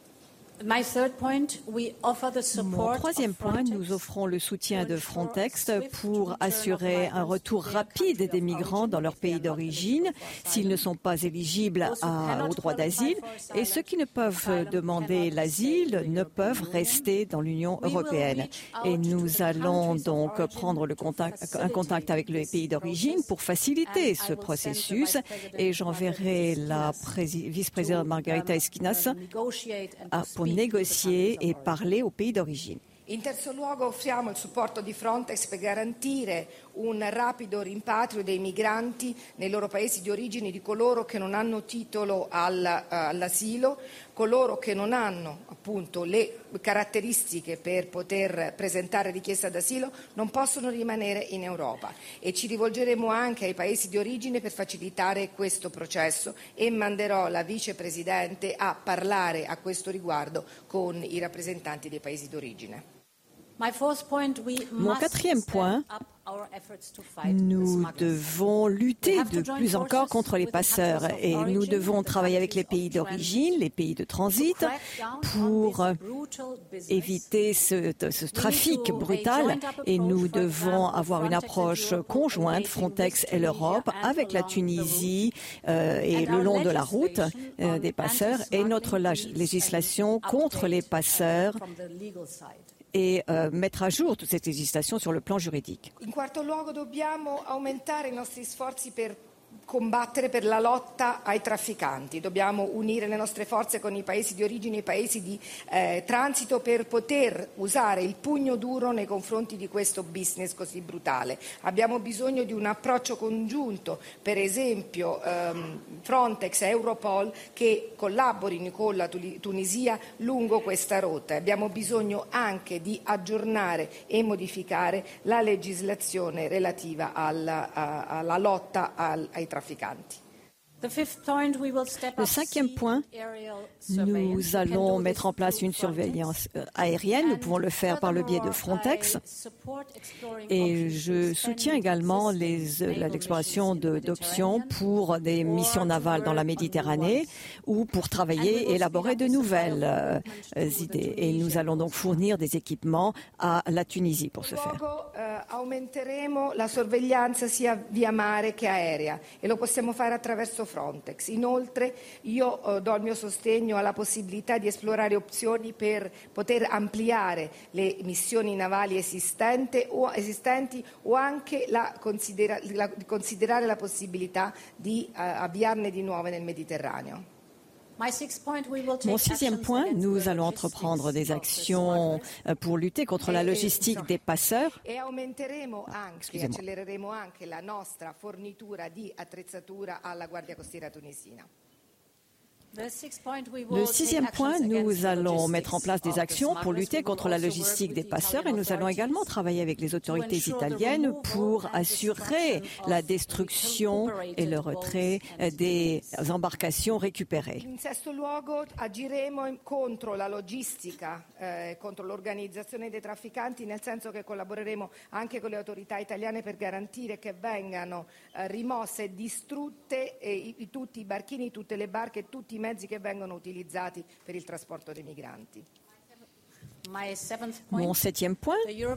Mon troisième point, nous offrons le soutien de Frontex pour assurer un retour rapide des migrants dans leur pays d'origine s'ils ne sont pas éligibles au droit d'asile et ceux qui ne peuvent demander l'asile ne peuvent rester dans l'Union européenne. Et nous allons donc prendre un contact avec les pays d'origine pour faciliter ce processus et j'enverrai la vice-présidente Margarita Esquinas pour négocier et parler aux pays d'origine. In terzo luogo offriamo il supporto di Frontex per garantire un rapido rimpatrio dei migranti nei loro paesi di origine di coloro che non hanno titolo all'asilo, coloro che non hanno appunto le caratteristiche per poter presentare richiesta d'asilo non possono rimanere in Europa e ci rivolgeremo anche ai paesi di origine per facilitare questo processo e manderò la vicepresidente a parlare a questo riguardo con i rappresentanti dei paesi d'origine. Mon quatrième point, nous devons lutter de plus encore contre les passeurs et nous devons travailler avec les pays d'origine, les pays de transit pour éviter ce trafic brutal et nous devons avoir une approche conjointe, Frontex et l'Europe, avec la Tunisie et le long de la route des passeurs et notre législation contre les passeurs et mettre à jour toute cette législation sur le plan juridique. In quarto luogo dobbiamo aumentare i nostri sforzi per combattere per la lotta ai trafficanti. Dobbiamo unire le nostre forze con i paesi di origine e i paesi di transito per poter usare il pugno duro nei confronti di questo business così brutale. Abbiamo bisogno di un approccio congiunto, per esempio Frontex e Europol che collaborino con la Tunisia lungo questa rotta. Abbiamo bisogno anche di aggiornare e modificare la legislazione relativa alla lotta ai trafficanti. Le cinquième point, nous allons mettre en place une surveillance aérienne. Nous pouvons le faire par le biais de Frontex. Et je soutiens également l'exploration d'options pour des missions navales dans la Méditerranée ou pour travailler et élaborer de nouvelles idées. Et nous allons donc fournir des équipements à la Tunisie pour ce faire. Aumenteremo la sorveglianza sia via mare che aerea e lo possiamo fare attraverso Frontex. Inoltre io do il mio sostegno alla possibilità di esplorare opzioni per poter ampliare le missioni navali esistenti o anche considerare la possibilità di avviarne di nuove nel Mediterraneo. Mon sixième point, nous allons entreprendre des actions pour lutter contre la logistique des passeurs. E aumenteremo anche e accelereremo anche la nostra fornitura di attrezzatura alla Guardia Costiera tunisina. Le sixième point, nous allons mettre en place des actions pour lutter contre la logistique des passeurs et nous allons également travailler avec les autorités italiennes pour assurer la destruction et le retrait des embarcations récupérées. In sesto luogo agiremo contro la logistica, contro l'organizzazione dei trafficanti, nel senso che collaboreremo anche con le autorità italiane per garantire che vengano rimosse e distrutte tutti i barchini, tutte le barche e tutti i mezzi che vengono utilizzati per il trasporto dei migranti. Mon septième point,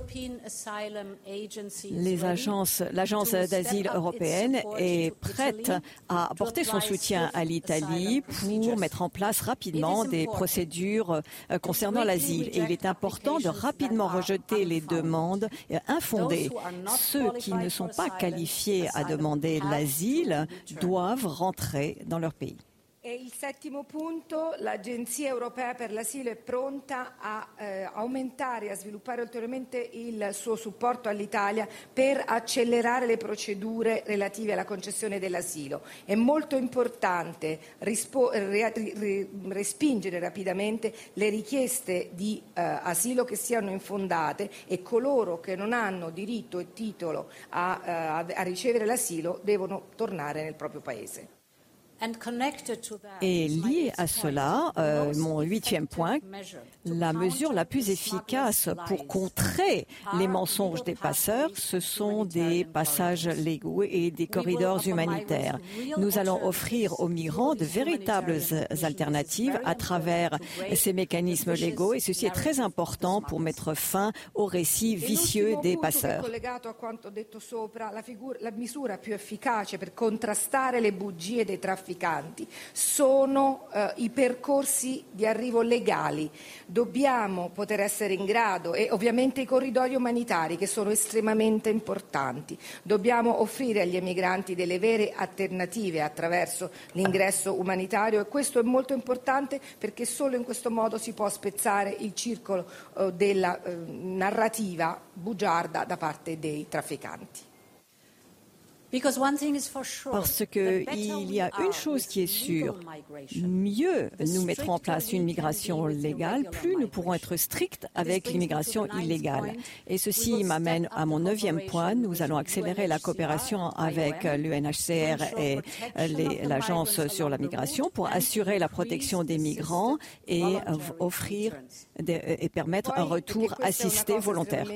l'agence d'asile européenne est prête à apporter son soutien à l'Italie pour mettre en place rapidement des procédures concernant l'asile. Et il est important de rapidement rejeter les demandes infondées. Ceux qui ne sont pas qualifiés à demander l'asile doivent rentrer dans leur pays. E il settimo punto, l'Agenzia Europea per l'Asilo è pronta a aumentare e a sviluppare ulteriormente il suo supporto all'Italia per accelerare le procedure relative alla concessione dell'asilo. È molto importante respingere rapidamente le richieste di asilo che siano infondate e coloro che non hanno diritto e titolo a ricevere l'asilo devono tornare nel proprio paese. Et lié à cela, mon huitième point, la mesure la plus efficace pour contrer les mensonges des passeurs, ce sont des passages légaux et des corridors humanitaires. Nous allons offrir aux migrants de véritables alternatives à travers ces mécanismes légaux et ceci est très important pour mettre fin aux récits vicieux des passeurs. La misura più efficace per contrastare le bugie dei trafficanti sono i percorsi di arrivo legali. Dobbiamo poter essere in grado e ovviamente i corridoi umanitari che sono estremamente importanti. Dobbiamo offrire agli emigranti delle vere alternative attraverso l'ingresso umanitario e questo è molto importante perché solo in questo modo si può spezzare il circolo della narrativa bugiarda da parte dei trafficanti. Parce qu'il y a une chose qui est sûre, mieux nous mettrons en place une migration légale, plus nous pourrons être stricts avec l'immigration illégale. Et ceci m'amène à mon 9e point. Nous allons accélérer la coopération avec l'UNHCR et l'Agence sur la migration pour assurer la protection des migrants et offrir et permettre un retour assisté volontaire.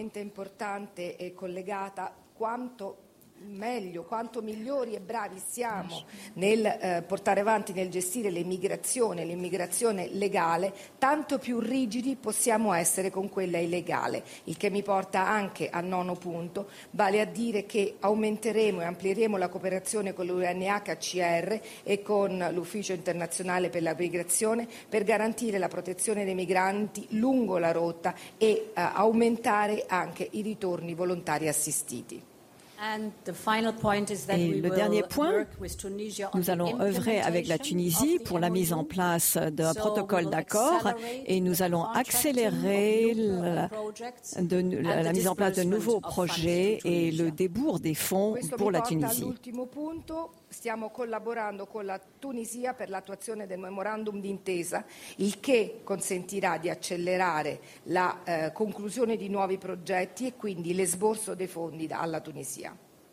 Meglio, quanto migliori e bravi siamo nel portare avanti, nel gestire l'immigrazione legale, tanto più rigidi possiamo essere con quella illegale. Il che mi porta anche al 9° punto, vale a dire che aumenteremo e amplieremo la cooperazione con l'UNHCR e con l'Ufficio internazionale per la migrazione per garantire la protezione dei migranti lungo la rotta e aumentare anche i ritorni volontari assistiti. Et le dernier point, nous allons œuvrer avec la Tunisie pour la mise en place d'un protocole d'accord et nous allons accélérer la mise en place de nouveaux projets et le débours des fonds pour la Tunisie. Stiamo collaborando con la Tunisia per l'attuazione del memorandum d'intesa, il che consentirà di accelerare la conclusione di nuovi progetti e quindi l'esborso dei fondi alla Tunisia.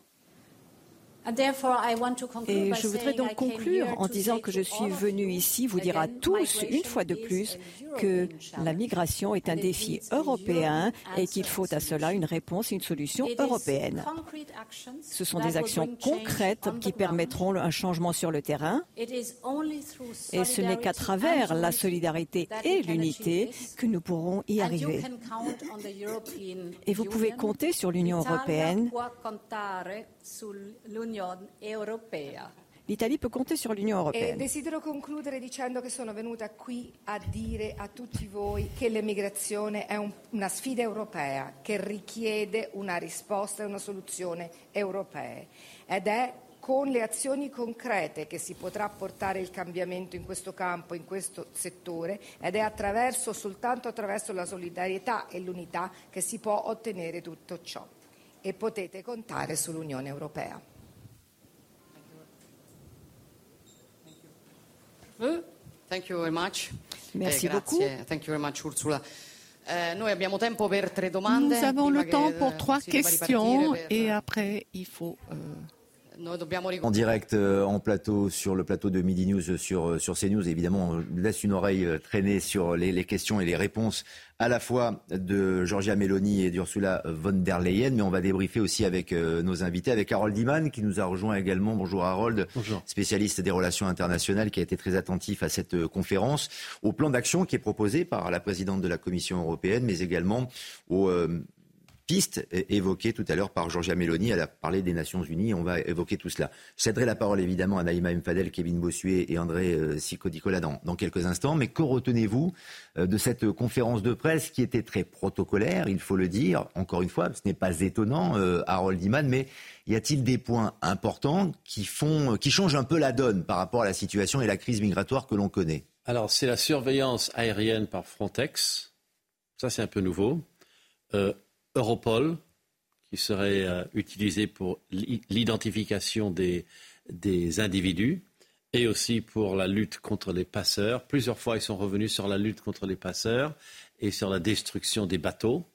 Et je voudrais donc conclure en disant que je suis venue ici vous dire à tous, une fois de plus, que la migration est un défi européen et qu'il faut à cela une réponse et une solution européenne. Ce sont des actions concrètes qui permettront un changement sur le terrain et ce n'est qu'à travers la solidarité et l'unité que nous pourrons y arriver. Et vous pouvez compter sur l'Union européenne. L'Italie peut compter sur l'Unione Europea. Desidero concludere dicendo che sono venuta qui a dire a tutti voi che l'emigrazione è una sfida europea che richiede una risposta e una soluzione europee ed è con le azioni concrete che si potrà portare il cambiamento in questo campo, in questo settore ed è soltanto attraverso la solidarietà e l'unità che si può ottenere tutto ciò. E potete contare sull'Unione Europea. Thank you very much. Merci beaucoup. Thank you very much, Ursula. Noi abbiamo tempo per 3 domande. Nous avons le temps pour 3 questions et après il faut... En direct en plateau, sur le plateau de Midi News sur CNews. Évidemment, on laisse une oreille traîner sur les questions et les réponses à la fois de Giorgia Meloni et d'Ursula von der Leyen. Mais on va débriefer aussi avec nos invités, avec Harold Iman qui nous a rejoint également. Bonjour Harold, bonjour. Spécialiste des relations internationales qui a été très attentif à cette conférence, au plan d'action qui est proposé par la présidente de la Commission européenne, mais également au... piste évoquée tout à l'heure par Giorgia Meloni. Elle a parlé des Nations Unies. On va évoquer tout cela. Je céderai la parole évidemment à Naïma M. Fadel, Kevin Bossuet et André Sicot-Nicolas dans quelques instants. Mais que retenez-vous de cette conférence de presse qui était très protocolaire, il faut le dire. Encore une fois, ce n'est pas étonnant, Harold Iman, mais y a-t-il des points importants qui changent un peu la donne par rapport à la situation et la crise migratoire que l'on connaît? Alors, c'est la surveillance aérienne par Frontex. Ça, c'est un peu nouveau. Europol, qui serait utilisé pour l'identification des individus et aussi pour la lutte contre les passeurs. Plusieurs fois, ils sont revenus sur la lutte contre les passeurs et sur la destruction des bateaux.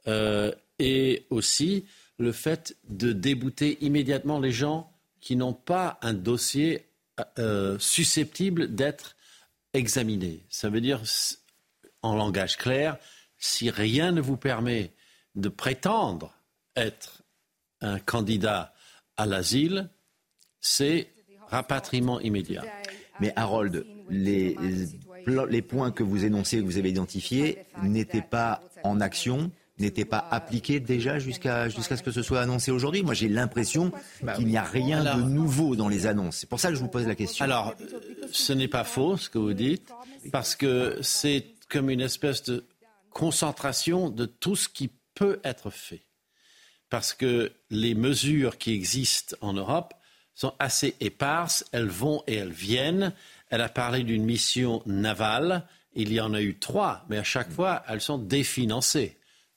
Et aussi le fait de débouter immédiatement les gens qui n'ont pas un dossier susceptible d'être examiné. Ça veut dire, en langage clair, si rien ne vous permet de prétendre être un candidat à l'asile, c'est rapatriement immédiat. Mais Harold, les points que vous énoncez, que vous avez identifiés, n'étaient pas en action, n'étaient pas appliqués déjà jusqu'à ce que ce soit annoncé aujourd'hui? Moi, j'ai l'impression qu'il n'y a rien de nouveau dans les annonces. C'est pour ça que je vous pose la question. Alors, ce n'est pas faux, ce que vous dites, parce que c'est comme une espèce de concentration de tout ce qui peut être fait. Parce que les mesures qui existent en Europe sont assez éparses, elles vont et elles viennent. Elle a parlé d'une mission navale, il y en a eu 3, mais à chaque fois, elles sont définancées.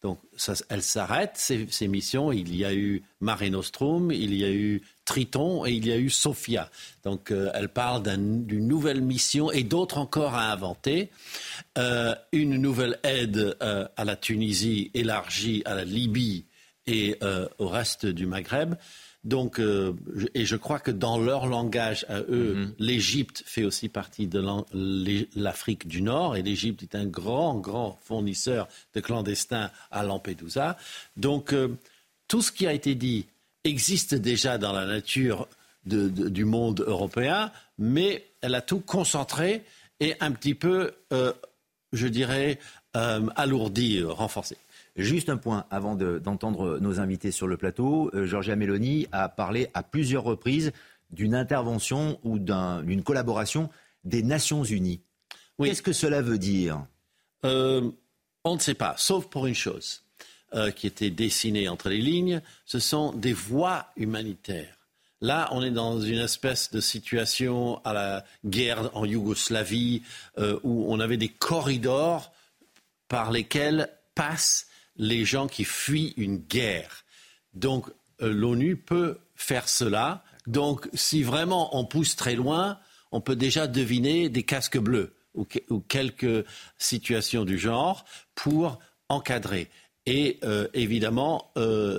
Donc, elles s'arrêtent, ces missions. Il y a eu Mare Nostrum, il y a eu Triton et il y a eu Sophia. Donc, elle parle d'une nouvelle mission et d'autres encore à inventer. Une nouvelle aide à la Tunisie élargie à la Libye et au reste du Maghreb. Donc, et je crois que dans leur langage à eux, l'Égypte fait aussi partie de l'Afrique du Nord, et l'Égypte est un grand fournisseur de clandestins à Lampedusa. Donc, tout ce qui a été dit existe déjà dans la nature du monde européen, mais elle a tout concentré et un petit peu, je dirais, alourdi, renforcé. Juste un point avant d'entendre nos invités sur le plateau. Giorgia Meloni a parlé à plusieurs reprises d'une intervention ou d'une collaboration des Nations Unies. Oui. Qu'est-ce que cela veut dire ? On ne sait pas, sauf pour une chose qui était dessinée entre les lignes, ce sont des voies humanitaires. Là, on est dans une espèce de situation à la guerre en Yougoslavie où on avait des corridors par lesquels passent les gens qui fuient une guerre. Donc, l'ONU peut faire cela. Donc, si vraiment on pousse très loin, on peut déjà deviner des casques bleus ou quelques situations du genre pour encadrer. Et évidemment,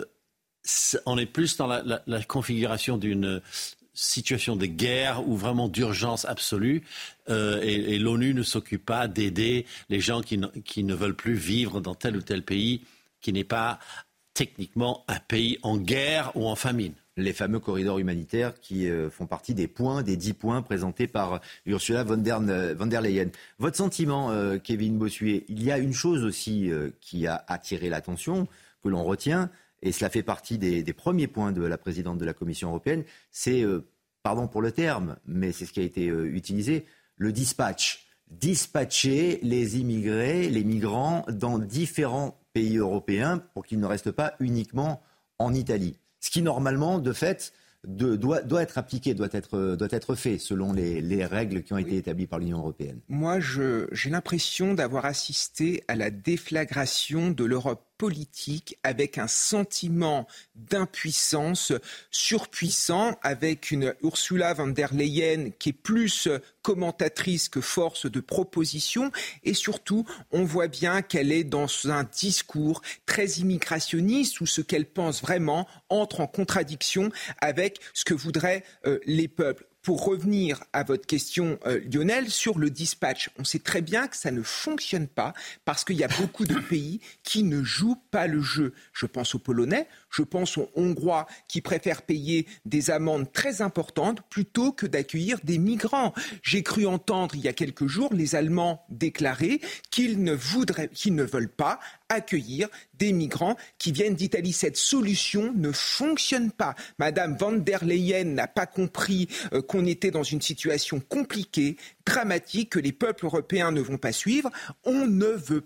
on est plus dans la configuration d'une situation de guerre ou vraiment d'urgence absolue et l'ONU ne s'occupe pas d'aider les gens qui ne veulent plus vivre dans tel ou tel pays qui n'est pas techniquement un pays en guerre ou en famine. Les fameux corridors humanitaires qui font partie des 10 points présentés par Ursula von der Leyen. Votre sentiment, Kevin Bossuet, il y a une chose aussi qui a attiré l'attention, que l'on retient, et cela fait partie des premiers points de la présidente de la Commission européenne, c'est, pardon pour le terme, mais c'est ce qui a été utilisé, le dispatch. Dispatcher les immigrés, les migrants dans différents pays européens pour qu'ils ne restent pas uniquement en Italie. Ce qui, normalement, de fait, doit être appliqué, doit être fait selon les règles qui ont été établies par l'Union européenne. Moi, j'ai l'impression d'avoir assisté à la déflagration de l'Europe politique avec un sentiment d'impuissance surpuissant, avec une Ursula von der Leyen qui est plus commentatrice que force de proposition, et surtout on voit bien qu'elle est dans un discours très immigrationniste où ce qu'elle pense vraiment entre en contradiction avec ce que voudraient les peuples. Pour revenir à votre question, Lionel, sur le dispatch, on sait très bien que ça ne fonctionne pas parce qu'il y a beaucoup de pays qui ne jouent pas le jeu. Je pense aux Polonais, je pense aux Hongrois qui préfèrent payer des amendes très importantes plutôt que d'accueillir des migrants. J'ai cru entendre il y a quelques jours les Allemands déclarer qu'ils ne veulent pas accueillir des migrants qui viennent d'Italie. Cette solution ne fonctionne pas. Madame von der Leyen n'a pas compris qu'on était dans une situation compliquée, dramatique, que les peuples européens ne vont pas suivre. On ne veut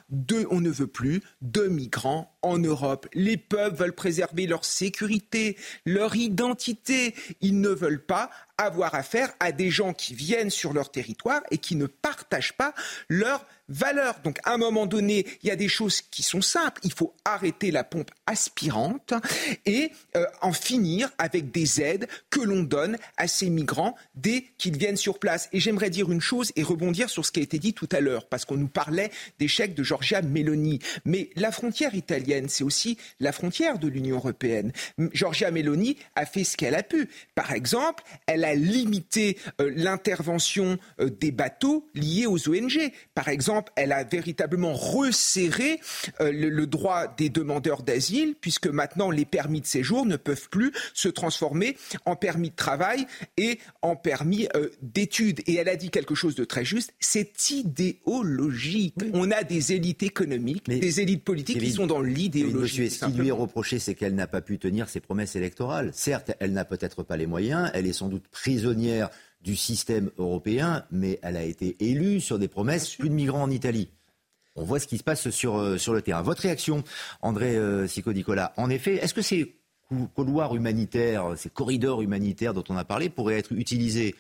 plus de migrants en Europe. Les peuples veulent préserver leur sécurité, leur identité. Ils ne veulent pas avoir affaire à des gens qui viennent sur leur territoire et qui ne partagent pas leurs valeurs. Donc, à un moment donné, il y a des choses qui sont simples. Il faut arrêter la pompe aspirante et en finir avec des aides que l'on donne à ces migrants dès qu'ils viennent sur place. Et j'aimerais dire une chose et rebondir sur ce qui a été dit tout à l'heure, parce qu'on nous parlait des chèques de Giorgia Meloni. Mais la frontière italienne, c'est aussi la frontière de l'Union européenne. Giorgia Meloni a fait ce qu'elle a pu. Par exemple, elle a limité l'intervention des bateaux liés aux ONG. Par exemple, elle a véritablement resserré le droit des demandeurs d'asile, puisque maintenant les permis de séjour ne peuvent plus se transformer en permis de travail et en permis d'études. Et elle a dit quelque chose de très juste, c'est idéologique. Oui. On a des élites économiques, des élites politiques qui sont dans l'idéologie. Ce qui lui est reproché, c'est qu'elle n'a pas pu tenir ses promesses électorales. Certes, elle n'a peut-être pas les moyens, elle est sans doute prisonnière du système européen, mais elle a été élue sur des promesses, plus de migrants en Italie. On voit ce qui se passe sur le terrain. Votre réaction, André Sicco-Nicola, en effet, est-ce que ces couloirs humanitaires, ces corridors humanitaires dont on a parlé pourraient être utilisés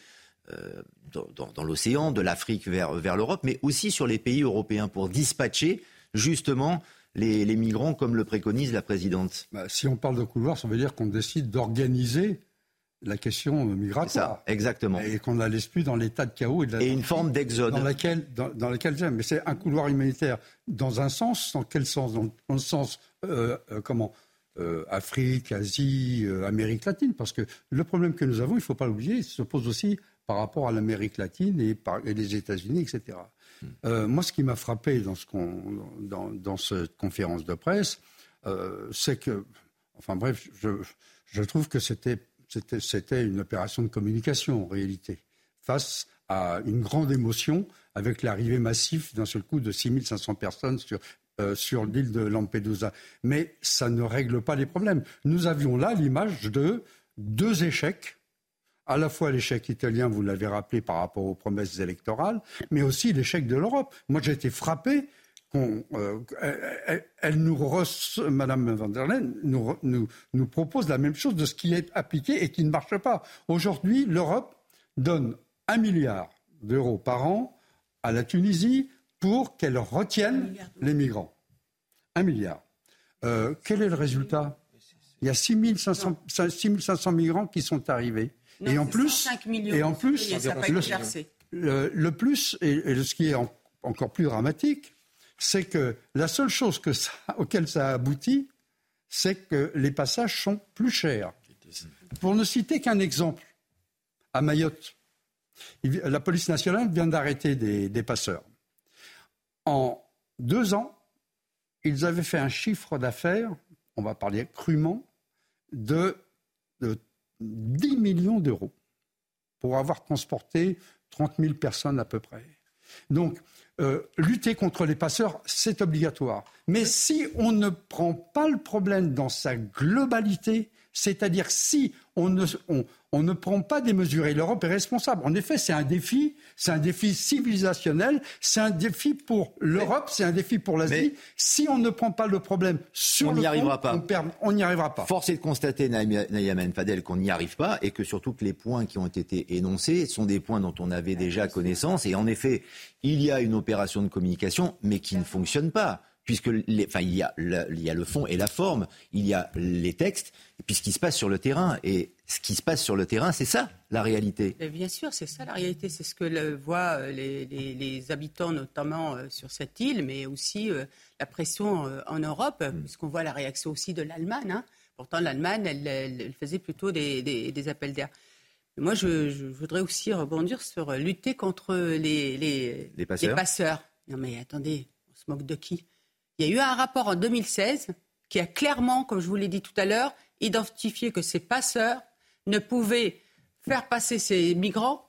dans l'océan, de l'Afrique vers l'Europe, mais aussi sur les pays européens pour dispatcher justement les migrants comme le préconise la présidente. Si on parle de couloir, ça veut dire qu'on décide d'organiser la question migratoire. C'est ça, exactement. Et qu'on ne la laisse plus dans l'état de chaos et une forme d'exode. Dans laquelle j'aime. Mais c'est un couloir humanitaire. Dans un sens, dans quel sens ? Dans le sens, Afrique, Asie, Amérique latine. Parce que le problème que nous avons, il ne faut pas l'oublier, il se pose aussi par rapport à l'Amérique latine et les États-Unis, etc. Moi, ce qui m'a frappé dans cette conférence de presse, c'est que, enfin bref, je trouve que c'était une opération de communication, en réalité, face à une grande émotion avec l'arrivée massive, d'un seul coup, de 6500 personnes sur l'île de Lampedusa. Mais ça ne règle pas les problèmes. Nous avions là l'image de 2 échecs, à la fois l'échec italien, vous l'avez rappelé, par rapport aux promesses électorales, mais aussi l'échec de l'Europe. Moi, j'ai été frappé Madame van der Leyen nous propose la même chose de ce qui est appliqué et qui ne marche pas. Aujourd'hui, l'Europe donne 1 milliard d'euros par an à la Tunisie pour qu'elle retienne les migrants. 1 milliard. Quel est le résultat ? Il y a 6500 migrants qui sont arrivés. Non, et en plus, ça n'a pas été versé. Le plus, et ce qui est encore plus dramatique, c'est que la seule chose auquel ça aboutit, c'est que les passages sont plus chers. Pour ne citer qu'un exemple, à Mayotte, la police nationale vient d'arrêter des passeurs. En 2 ans, ils avaient fait un chiffre d'affaires, on va parler crûment, de 10 millions d'euros pour avoir transporté 30 000 personnes à peu près. Donc, lutter contre les passeurs, c'est obligatoire. Mais si on ne prend pas le problème dans sa globalité, c'est-à-dire si on ne prend pas des mesures, et l'Europe est responsable. En effet, c'est un défi civilisationnel, c'est un défi pour l'Europe, c'est un défi pour l'Asie. Si on ne prend pas le problème sur le fond, on n'y arrivera pas. Force est de constater, Naïma Fadel, qu'on n'y arrive pas et que surtout que les points qui ont été énoncés sont des points dont on avait déjà connaissance. Et en effet, il y a une opération de communication, mais qui ne fonctionne pas. Puisque il y a le fond et la forme, il y a les textes, et puis ce qui se passe sur le terrain. Et ce qui se passe sur le terrain, c'est ça, la réalité. Et bien sûr, c'est ça la réalité. C'est ce que voient les habitants, notamment sur cette île, mais aussi la pression en Europe, puisqu'on voit la réaction aussi de l'Allemagne. Hein. Pourtant, l'Allemagne, elle faisait plutôt des appels d'air. Moi, je voudrais aussi rebondir sur lutter contre les passeurs. Non mais attendez, on se moque de qui ? Il y a eu un rapport en 2016 qui a clairement, comme je vous l'ai dit tout à l'heure, identifié que ces passeurs ne pouvaient faire passer ces migrants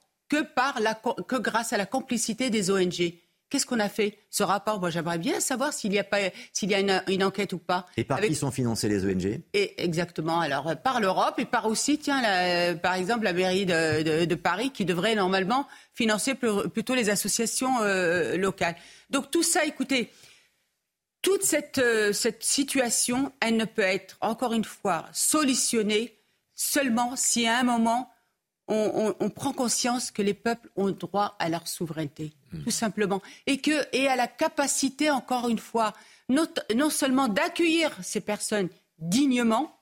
que grâce à la complicité des ONG. Qu'est-ce qu'on a fait ? Ce rapport, moi j'aimerais bien savoir s'il y a une enquête ou pas. Et par qui sont financées les ONG ? Exactement. Alors par l'Europe et par aussi, par exemple, la mairie de Paris qui devrait normalement financer plutôt les associations locales. Donc tout ça, écoutez... Toute cette situation, elle ne peut être, encore une fois, solutionnée seulement si à un moment, on prend conscience que les peuples ont droit à leur souveraineté, tout simplement. Et à la capacité, encore une fois, non seulement d'accueillir ces personnes dignement,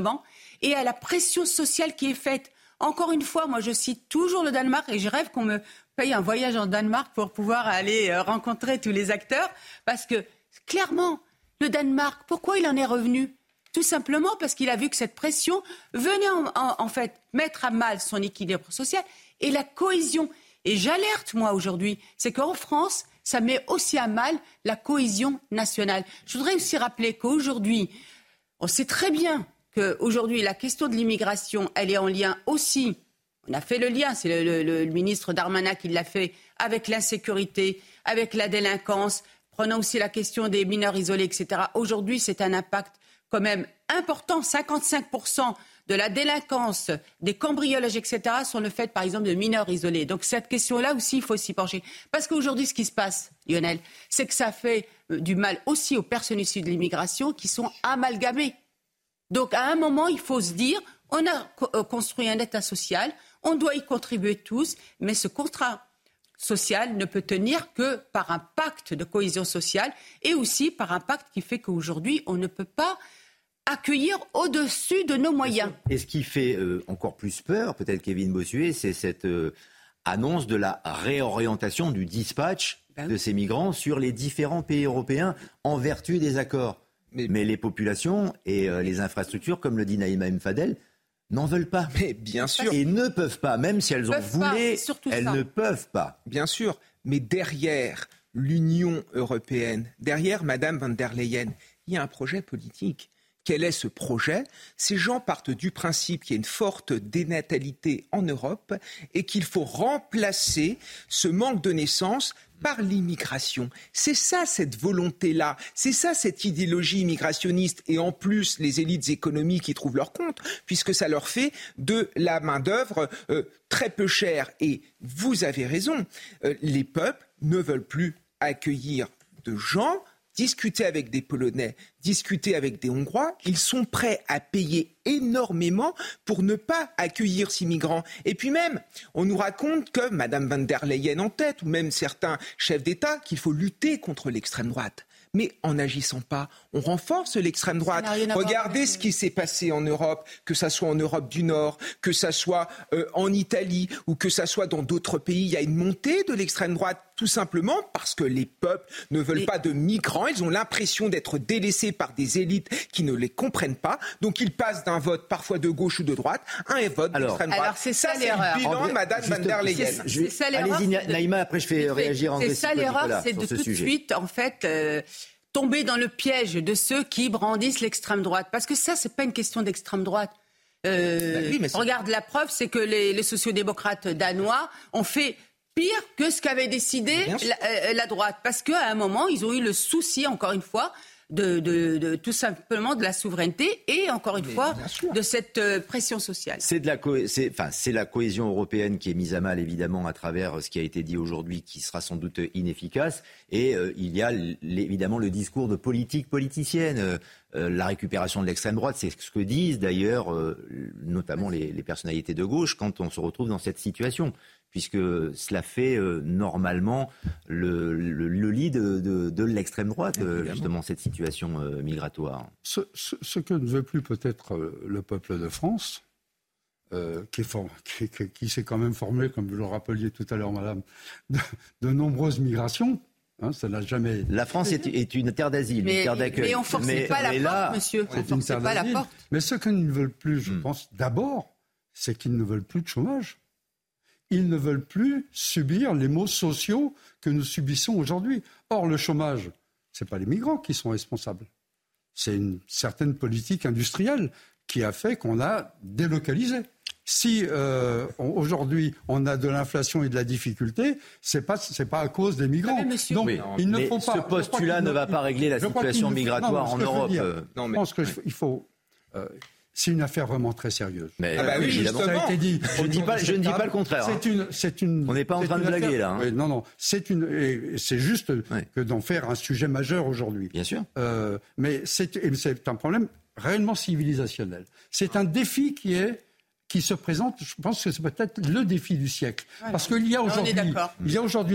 et à la pression sociale qui est faite. Encore une fois, moi je cite toujours le Danemark et je rêve qu'on me paye un voyage en Danemark pour pouvoir aller rencontrer tous les acteurs, parce que clairement, le Danemark, pourquoi il en est revenu ? Tout simplement parce qu'il a vu que cette pression venait en fait mettre à mal son équilibre social et la cohésion. Et j'alerte, moi, aujourd'hui, c'est qu'en France, ça met aussi à mal la cohésion nationale. Je voudrais aussi rappeler qu'aujourd'hui, on sait très bien qu'aujourd'hui, la question de l'immigration, elle est en lien aussi, on a fait le lien, c'est le ministre Darmanin qui l'a fait, avec l'insécurité, avec la délinquance. Prenons aussi la question des mineurs isolés, etc. Aujourd'hui, c'est un impact quand même important. 55% de la délinquance, des cambriolages, etc. sont le fait, par exemple, de mineurs isolés. Donc cette question-là aussi, il faut s'y pencher. Parce qu'aujourd'hui, ce qui se passe, Lionel, c'est que ça fait du mal aussi aux personnes issues de l'immigration qui sont amalgamées. Donc à un moment, il faut se dire, on a construit un État social, on doit y contribuer tous, mais ce contrat social ne peut tenir que par un pacte de cohésion sociale et aussi par un pacte qui fait qu'aujourd'hui, on ne peut pas accueillir au-dessus de nos moyens. Et ce qui fait encore plus peur, peut-être Kevin Bossuet, c'est cette annonce de la réorientation du dispatch de ces migrants sur les différents pays européens en vertu des accords. Mais les populations et les infrastructures, comme le dit Naïma M. Fadel, n'en veulent pas. Mais bien sûr. Et ne peuvent pas, même si elles en voulaient, elles ne peuvent pas. Bien sûr, mais derrière l'Union européenne, derrière Mme von der Leyen, il y a un projet politique. Quel est ce projet ? Ces gens partent du principe qu'il y a une forte dénatalité en Europe et qu'il faut remplacer ce manque de naissance par l'immigration. C'est ça, cette volonté-là. C'est ça, cette idéologie immigrationniste. Et en plus, les élites économiques y trouvent leur compte, puisque ça leur fait de la main-d'œuvre très peu chère. Et vous avez raison, les peuples ne veulent plus accueillir de gens. Discuter avec des Polonais, discuter avec des Hongrois, ils sont prêts à payer énormément pour ne pas accueillir ces migrants. Et puis même, on nous raconte que Mme von der Leyen en tête, ou même certains chefs d'État, qu'il faut lutter contre l'extrême droite. Mais en n'agissant pas, on renforce l'extrême droite. Regardez ce qui s'est passé en Europe, que ça soit en Europe du Nord, que ça soit en Italie ou que ça soit dans d'autres pays. Il y a une montée de l'extrême droite, tout simplement parce que les peuples ne veulent pas de migrants. Ils ont l'impression d'être délaissés par des élites qui ne les comprennent pas. Donc ils passent d'un vote parfois de gauche ou de droite à un vote d'extrême droite. Alors c'est ça l'erreur. C'est le bilan de Mme von der Leyen. C'est ça l'erreur. Allez-y, Naïma, après je fais réagir André. C'est ça l'erreur, c'est de tout de suite, en fait... tomber dans le piège de ceux qui brandissent l'extrême droite. Parce que ça, c'est pas une question d'extrême droite. Regarde, la preuve, c'est que les sociodémocrates danois ont fait pire que ce qu'avait décidé la droite. Parce qu'à un moment, ils ont eu le souci, encore une fois, de tout simplement de la souveraineté et, encore une fois, de cette pression sociale. C'est la cohésion européenne qui est mise à mal, évidemment, à travers ce qui a été dit aujourd'hui, qui sera sans doute inefficace. Et il y a évidemment le discours de politique politicienne. La récupération de l'extrême droite, c'est ce que disent d'ailleurs notamment les personnalités de gauche quand on se retrouve dans cette situation, puisque cela fait normalement le lit de l'extrême droite, justement, cette situation migratoire. Ce que ne veut plus peut-être le peuple de France, qui s'est quand même formé, comme vous le rappeliez tout à l'heure, madame, de nombreuses migrations. Ça n'a jamais... La France est une terre d'asile, une terre d'accueil. Mais on ne forçait pas la porte, monsieur. On ne forçait pas la porte. Mais ce qu'ils ne veulent plus, je pense, d'abord, c'est qu'ils ne veulent plus de chômage. Ils ne veulent plus subir les maux sociaux que nous subissons aujourd'hui. Or, le chômage, ce n'est pas les migrants qui sont responsables. C'est une certaine politique industrielle qui a fait qu'on a délocalisé. Si aujourd'hui on a de l'inflation et de la difficulté, c'est pas à cause des migrants. Donc il ne faut pas. Ce postulat ne va pas régler la situation migratoire en Europe. Je pense qu'il faut. C'est une affaire vraiment très sérieuse. Mais évidemment, ça a été dit. Je ne dis pas le contraire. On n'est pas en train de blaguer là. Oui, non. C'est juste que d'en faire un sujet majeur aujourd'hui. Bien sûr. Mais c'est un problème réellement civilisationnel. C'est un défi qui se présente, je pense que c'est peut-être le défi du siècle. Parce qu'il y a aujourd'hui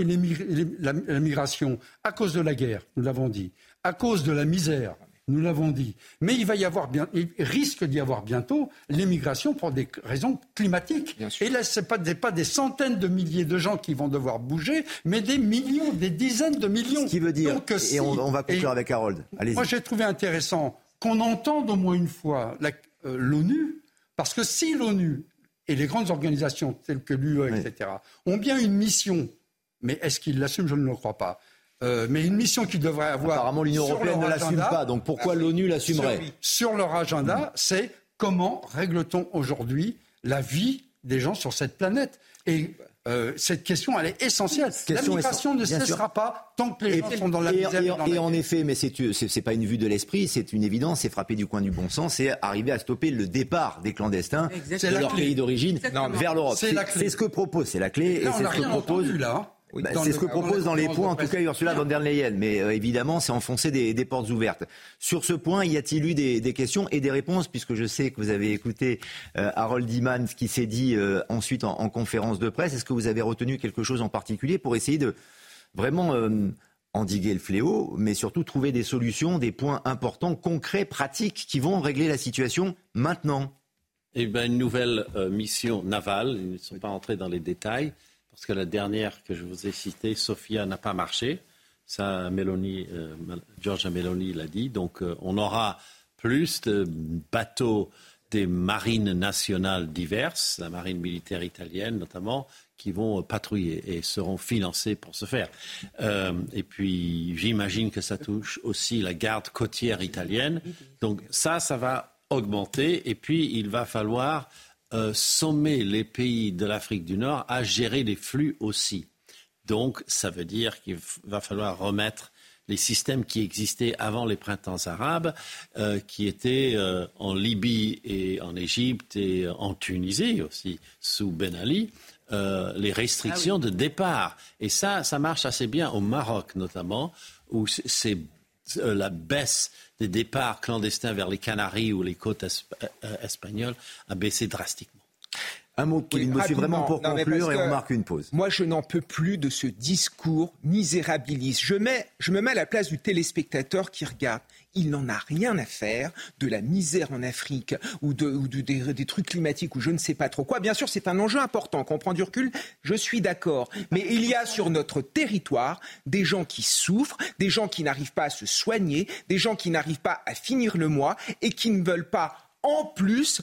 la migration à cause de la guerre, nous l'avons dit, à cause de la misère, nous l'avons dit. Mais il risque d'y avoir bientôt l'émigration pour des raisons climatiques. Et là, ce n'est pas des centaines de milliers de gens qui vont devoir bouger, mais des millions, des dizaines de millions. Ce qui veut dire, et on va conclure avec Harold. Allez-y. Moi, j'ai trouvé intéressant qu'on entende au moins une fois l'ONU. Parce que si l'ONU et les grandes organisations telles que l'UE, etc., ont bien une mission, mais est-ce qu'ils l'assument ? Je ne le crois pas. Mais une mission qu'ils devraient avoir. Apparemment, l'Union européenne ne l'assume pas. Donc pourquoi l'ONU l'assumerait ? Sur leur agenda, c'est comment règle-t-on aujourd'hui la vie des gens sur cette planète ? Et cette question, elle est essentielle. La migration ne cessera pas tant que les gens sont dans la misère. Et en effet, mais c'est pas une vue de l'esprit, c'est une évidence, c'est frapper du coin du bon sens, c'est arriver à stopper le départ des clandestins de leur pays d'origine vers l'Europe. C'est ce que propose, c'est la clé, et c'est ce que propose. C'est ce que propose dans les points, en tout cas, Ursula von der Leyen. Mais évidemment, c'est enfoncer des portes ouvertes. Sur ce point, y a-t-il eu des questions et des réponses, puisque je sais que vous avez écouté Harold Iman, ce qui s'est dit ensuite en conférence de presse. Est-ce que vous avez retenu quelque chose en particulier pour essayer de vraiment endiguer le fléau, mais surtout trouver des solutions, des points importants, concrets, pratiques, qui vont régler la situation maintenant? Une nouvelle mission navale. Ils ne sont pas entrés dans les détails. Parce que la dernière que je vous ai citée, Sofia, n'a pas marché. Ça, Giorgia Meloni l'a dit. Donc, on aura plus de bateaux des marines nationales diverses, la marine militaire italienne notamment, qui vont patrouiller et seront financés pour ce faire. Et puis, j'imagine que ça touche aussi la garde côtière italienne. Donc, ça va augmenter. Et puis, il va falloir sommer les pays de l'Afrique du Nord à gérer les flux aussi. Donc, ça veut dire qu'il va falloir remettre les systèmes qui existaient avant les printemps arabes, qui étaient en Libye et en Égypte et en Tunisie aussi, sous Ben Ali, les restrictions de départ. Et ça marche assez bien au Maroc notamment, où c'est la baisse des départs clandestins vers les Canaries ou les côtes espagnoles a baissé drastiquement. Un mot, Kevin Bossuet, vraiment pour conclure, et on marque une pause. Moi, je n'en peux plus de ce discours misérabiliste. Je me mets à la place du téléspectateur qui regarde. Il n'en a rien à faire de la misère en Afrique ou des trucs climatiques ou je ne sais pas trop quoi. Bien sûr, c'est un enjeu important. Quand on prend du recul, je suis d'accord. Mais il y a sur notre territoire des gens qui souffrent, des gens qui n'arrivent pas à se soigner, des gens qui n'arrivent pas à finir le mois et qui ne veulent pas en plus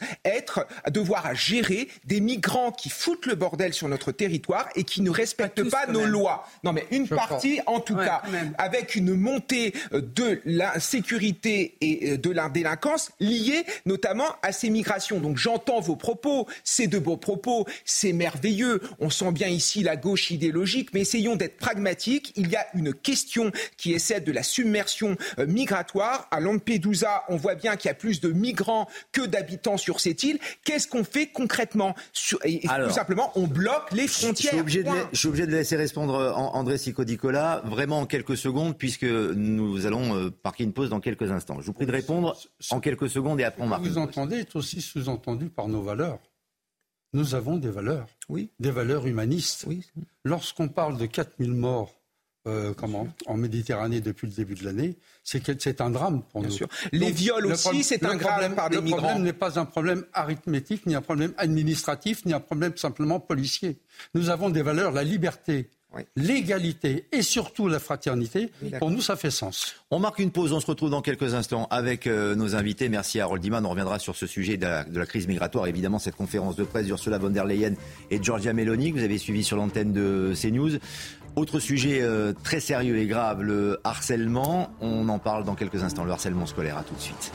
devoir à gérer des migrants qui foutent le bordel sur notre territoire et qui ne respectent pas nos lois. Non mais une partie en tout cas, avec une montée de l'insécurité et de la délinquance liée notamment à ces migrations. Donc j'entends vos propos, c'est de beaux propos, c'est merveilleux, on sent bien ici la gauche idéologique, mais essayons d'être pragmatiques. Il y a une question qui est celle de la submersion migratoire. À Lampedusa, on voit bien qu'il y a plus de migrants que d'habitants sur cette île. Qu'est-ce qu'on fait concrètement ? Alors, tout simplement, on bloque les frontières. Je suis obligé de laisser répondre André Sicot-Nicolas, vraiment en quelques secondes, puisque nous allons marquer une pause dans quelques instants. Je vous prie de répondre en quelques secondes et après on marque. Ce que vous entendez est aussi sous-entendu par nos valeurs. Nous avons des valeurs, des valeurs humanistes. Oui. Lorsqu'on parle de 4000 morts en Méditerranée depuis le début de l'année, c'est un drame pour nous. Sûr. Les Donc, viols aussi, c'est un drame par des migrants. Le problème n'est pas un problème arithmétique, ni un problème administratif, ni un problème simplement policier. Nous avons des valeurs, la liberté, l'égalité et surtout la fraternité. Pour nous, ça fait sens. On marque une pause, on se retrouve dans quelques instants avec nos invités. Merci à Harold Iman. On reviendra sur ce sujet de la crise migratoire. Évidemment, cette conférence de presse d'Ursula von der Leyen et de Giorgia Meloni, que vous avez suivi sur l'antenne de CNews. Autre sujet très sérieux et grave, le harcèlement. On en parle dans quelques instants, le harcèlement scolaire. À tout de suite.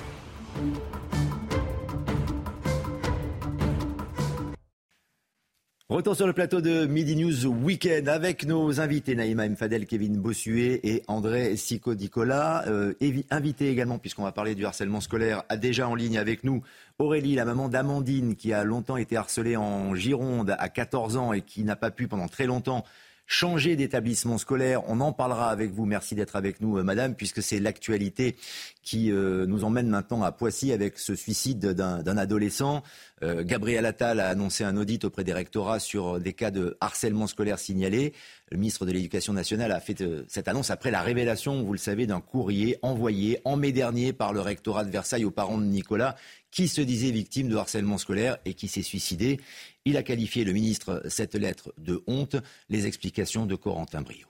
Retour sur le plateau de Midi News Weekend avec nos invités Naïma M. Fadel, Kevin Bossuet et André Sicot-Nicolas. Invité également, puisqu'on va parler du harcèlement scolaire, a déjà en ligne avec nous Aurélie, la maman d'Amandine, qui a longtemps été harcelée en Gironde à 14 ans et qui n'a pas pu pendant très longtemps changer d'établissement scolaire. On en parlera avec vous. Merci d'être avec nous, madame, puisque c'est l'actualité qui nous emmène maintenant à Poissy avec ce suicide d'un adolescent. Gabriel Attal a annoncé un audit auprès des rectorats sur des cas de harcèlement scolaire signalés. Le ministre de l'Éducation nationale a fait cette annonce après la révélation, vous le savez, d'un courrier envoyé en mai dernier par le rectorat de Versailles aux parents de Nicolas, qui se disait victime de harcèlement scolaire et qui s'est suicidé. Il a qualifié, le ministre, cette lettre de honte. Les explications de Corentin Brio.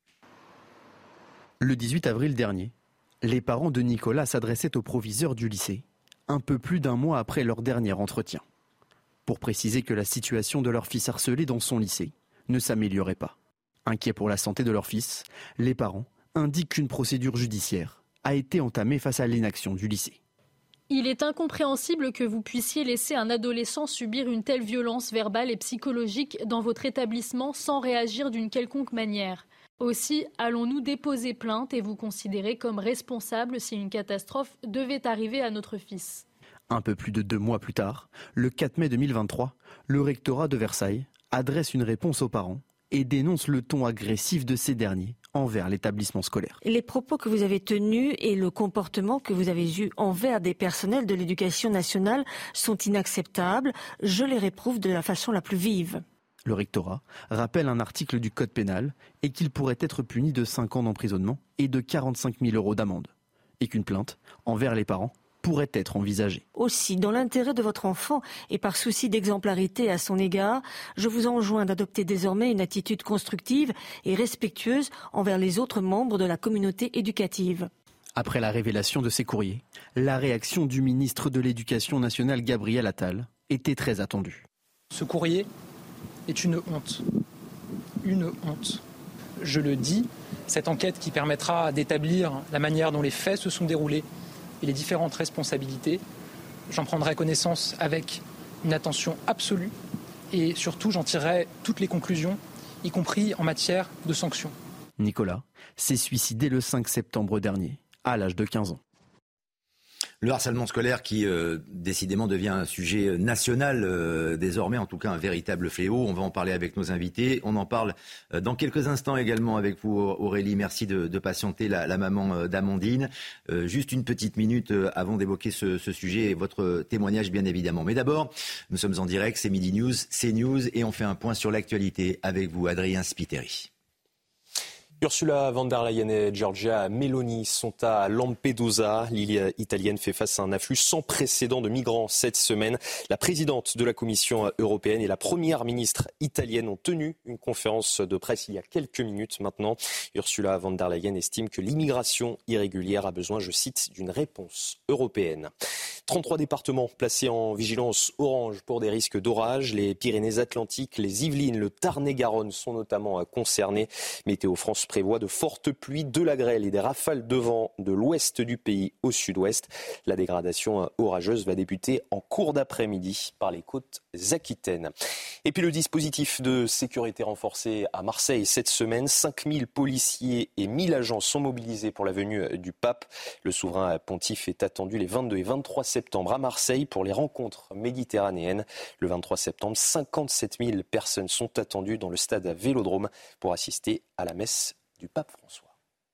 Le 18 avril dernier, les parents de Nicolas s'adressaient au proviseur du lycée, un peu plus d'un mois après leur dernier entretien, pour préciser que la situation de leur fils harcelé dans son lycée ne s'améliorait pas. Inquiets pour la santé de leur fils, les parents indiquent qu'une procédure judiciaire a été entamée face à l'inaction du lycée. Il est incompréhensible que vous puissiez laisser un adolescent subir une telle violence verbale et psychologique dans votre établissement sans réagir d'une quelconque manière. Aussi, allons-nous déposer plainte et vous considérer comme responsable si une catastrophe devait arriver à notre fils ? Un peu plus de 2 mois plus tard, le 4 mai 2023, le rectorat de Versailles adresse une réponse aux parents et dénonce le ton agressif de ces derniers envers l'établissement scolaire. Les propos que vous avez tenus et le comportement que vous avez eu envers des personnels de l'éducation nationale sont inacceptables. Je les réprouve de la façon la plus vive. Le rectorat rappelle un article du Code pénal et qu'il pourrait être puni de 5 ans d'emprisonnement et de 45 000 € d'amende. Et qu'une plainte envers les parents pourrait être envisagée. Aussi, dans l'intérêt de votre enfant et par souci d'exemplarité à son égard, je vous enjoins d'adopter désormais une attitude constructive et respectueuse envers les autres membres de la communauté éducative. Après la révélation de ces courriers, la réaction du ministre de l'Éducation nationale Gabriel Attal était très attendue. Ce courrier est une honte. Une honte. Je le dis, cette enquête qui permettra d'établir la manière dont les faits se sont déroulés et les différentes responsabilités, j'en prendrai connaissance avec une attention absolue et surtout j'en tirerai toutes les conclusions, y compris en matière de sanctions. Nicolas s'est suicidé le 5 septembre dernier, à l'âge de 15 ans. Le harcèlement scolaire qui, décidément, devient un sujet national désormais, en tout cas un véritable fléau. On va en parler avec nos invités. On en parle dans quelques instants également avec vous, Aurélie. Merci de patienter, la maman d'Amandine. Juste une petite minute avant d'évoquer ce sujet et votre témoignage, bien évidemment. Mais d'abord, nous sommes en direct, c'est Midi News, CNews, et on fait un point sur l'actualité avec vous, Adrien Spiteri. Ursula von der Leyen et Giorgia Meloni sont à Lampedusa. L'île italienne fait face à un afflux sans précédent de migrants cette semaine. La présidente de la Commission européenne et la première ministre italienne ont tenu une conférence de presse il y a quelques minutes maintenant. Ursula von der Leyen estime que l'immigration irrégulière a besoin, je cite, d'une réponse européenne. 33 départements placés en vigilance orange pour des risques d'orage. Les Pyrénées-Atlantiques, les Yvelines, le Tarn-et-Garonne sont notamment concernés. Météo France prévoit de fortes pluies, de la grêle et des rafales de vent de l'ouest du pays au sud-ouest. La dégradation orageuse va débuter en cours d'après-midi par les côtes aquitaines. Et puis le dispositif de sécurité renforcé à Marseille cette semaine. 5000 policiers et 1000 agents sont mobilisés pour la venue du pape. Le souverain pontife est attendu les 22 et 23 septembre à Marseille pour les rencontres méditerranéennes. Le 23 septembre, 57 000 personnes sont attendues dans le stade Vélodrome pour assister à la messe du pape François.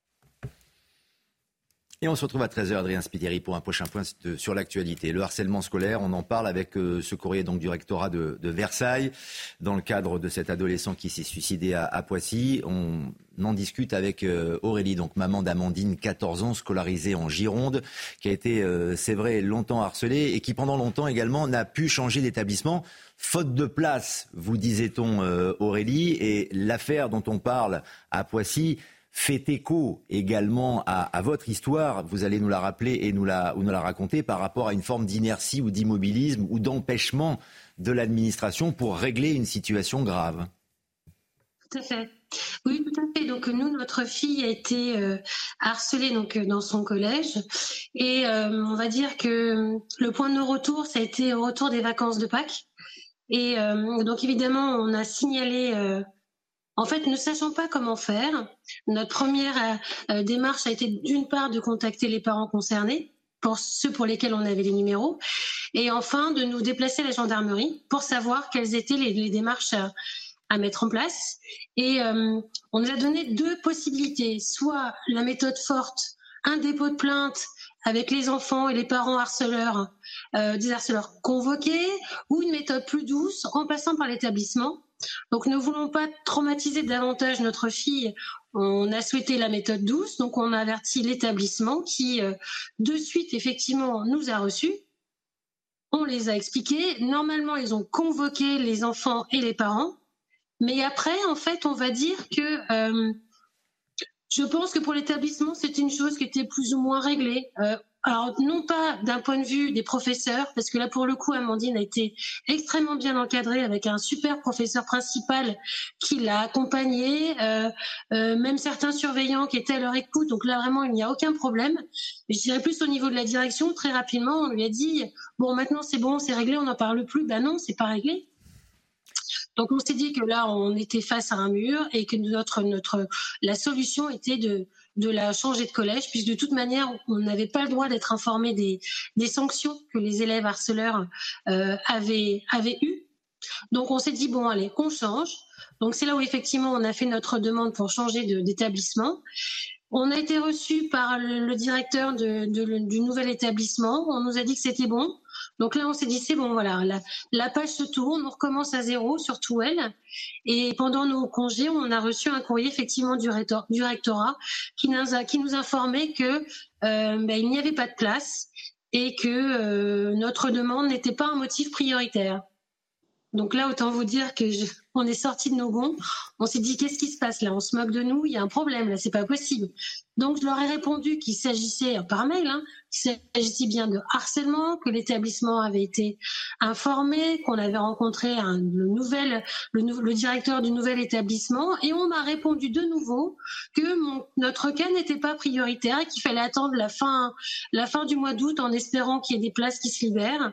Et on se retrouve à 13h, Adrien Spiteri, pour un prochain point sur l'actualité. Le harcèlement scolaire, on en parle avec ce courrier donc, du rectorat de Versailles, dans le cadre de cet adolescent qui s'est suicidé à Poissy. On en discute avec Aurélie, donc maman d'Amandine, 14 ans, scolarisée en Gironde, qui a été, c'est vrai, longtemps harcelée et qui pendant longtemps également n'a pu changer d'établissement. Faute de place, vous disait-on, Aurélie, et l'affaire dont on parle à Poissy fait écho également à votre histoire. Vous allez nous la rappeler et nous la raconter par rapport à une forme d'inertie ou d'immobilisme ou d'empêchement de l'administration pour régler une situation grave. Tout à fait. Oui, tout à fait. Donc nous, notre fille a été harcelée donc dans son collège et on va dire que le point de non-retour, ça a été au retour des vacances de Pâques. Et donc évidemment, on a signalé. En fait, ne sachant pas comment faire, notre première démarche a été d'une part de contacter les parents concernés, pour ceux pour lesquels on avait les numéros, et enfin de nous déplacer à la gendarmerie pour savoir quelles étaient les démarches à mettre en place. Et on nous a donné deux possibilités, soit la méthode forte, un dépôt de plainte avec les enfants et les parents harceleurs, des harceleurs convoqués, ou une méthode plus douce en passant par l'établissement. Donc ne voulons pas traumatiser davantage notre fille, on a souhaité la méthode douce, donc on a averti l'établissement qui de suite effectivement nous a reçus. On les a expliqués, normalement ils ont convoqué les enfants et les parents, mais après en fait on va dire que je pense que pour l'établissement c'est une chose qui était plus ou moins réglée. Alors non pas d'un point de vue des professeurs, parce que là pour le coup Amandine a été extrêmement bien encadrée avec un super professeur principal qui l'a accompagnée, même certains surveillants qui étaient à leur écoute, donc là vraiment il n'y a aucun problème. Mais je dirais plus au niveau de la direction, très rapidement on lui a dit bon maintenant c'est bon, c'est réglé, on n'en parle plus. Ben non, c'est pas réglé. Donc on s'est dit que là on était face à un mur et que la solution était de la changer de collège, puisque de toute manière, on n'avait pas le droit d'être informé des sanctions que les élèves harceleurs avaient eues. Donc on s'est dit, bon allez, qu'on change. Donc c'est là où effectivement on a fait notre demande pour changer d'établissement. On a été reçu par le directeur du nouvel établissement. On nous a dit que c'était bon. Donc là, on s'est dit, c'est bon, voilà, la page se tourne, on recommence à zéro, surtout elle. Et pendant nos congés, on a reçu un courrier effectivement du rectorat qui nous informait que il n'y avait pas de place et que notre demande n'était pas un motif prioritaire. Donc là, autant vous dire que on est sorti de nos gonds. On s'est dit, qu'est-ce qui se passe là? On se moque de nous, il y a un problème là, c'est pas possible. Donc je leur ai répondu qu'il s'agissait, par mail, qu'il s'agissait bien de harcèlement, que l'établissement avait été informé, qu'on avait rencontré le directeur du nouvel établissement, et on m'a répondu de nouveau que notre cas n'était pas prioritaire, qu'il fallait attendre la fin du mois d'août en espérant qu'il y ait des places qui se libèrent.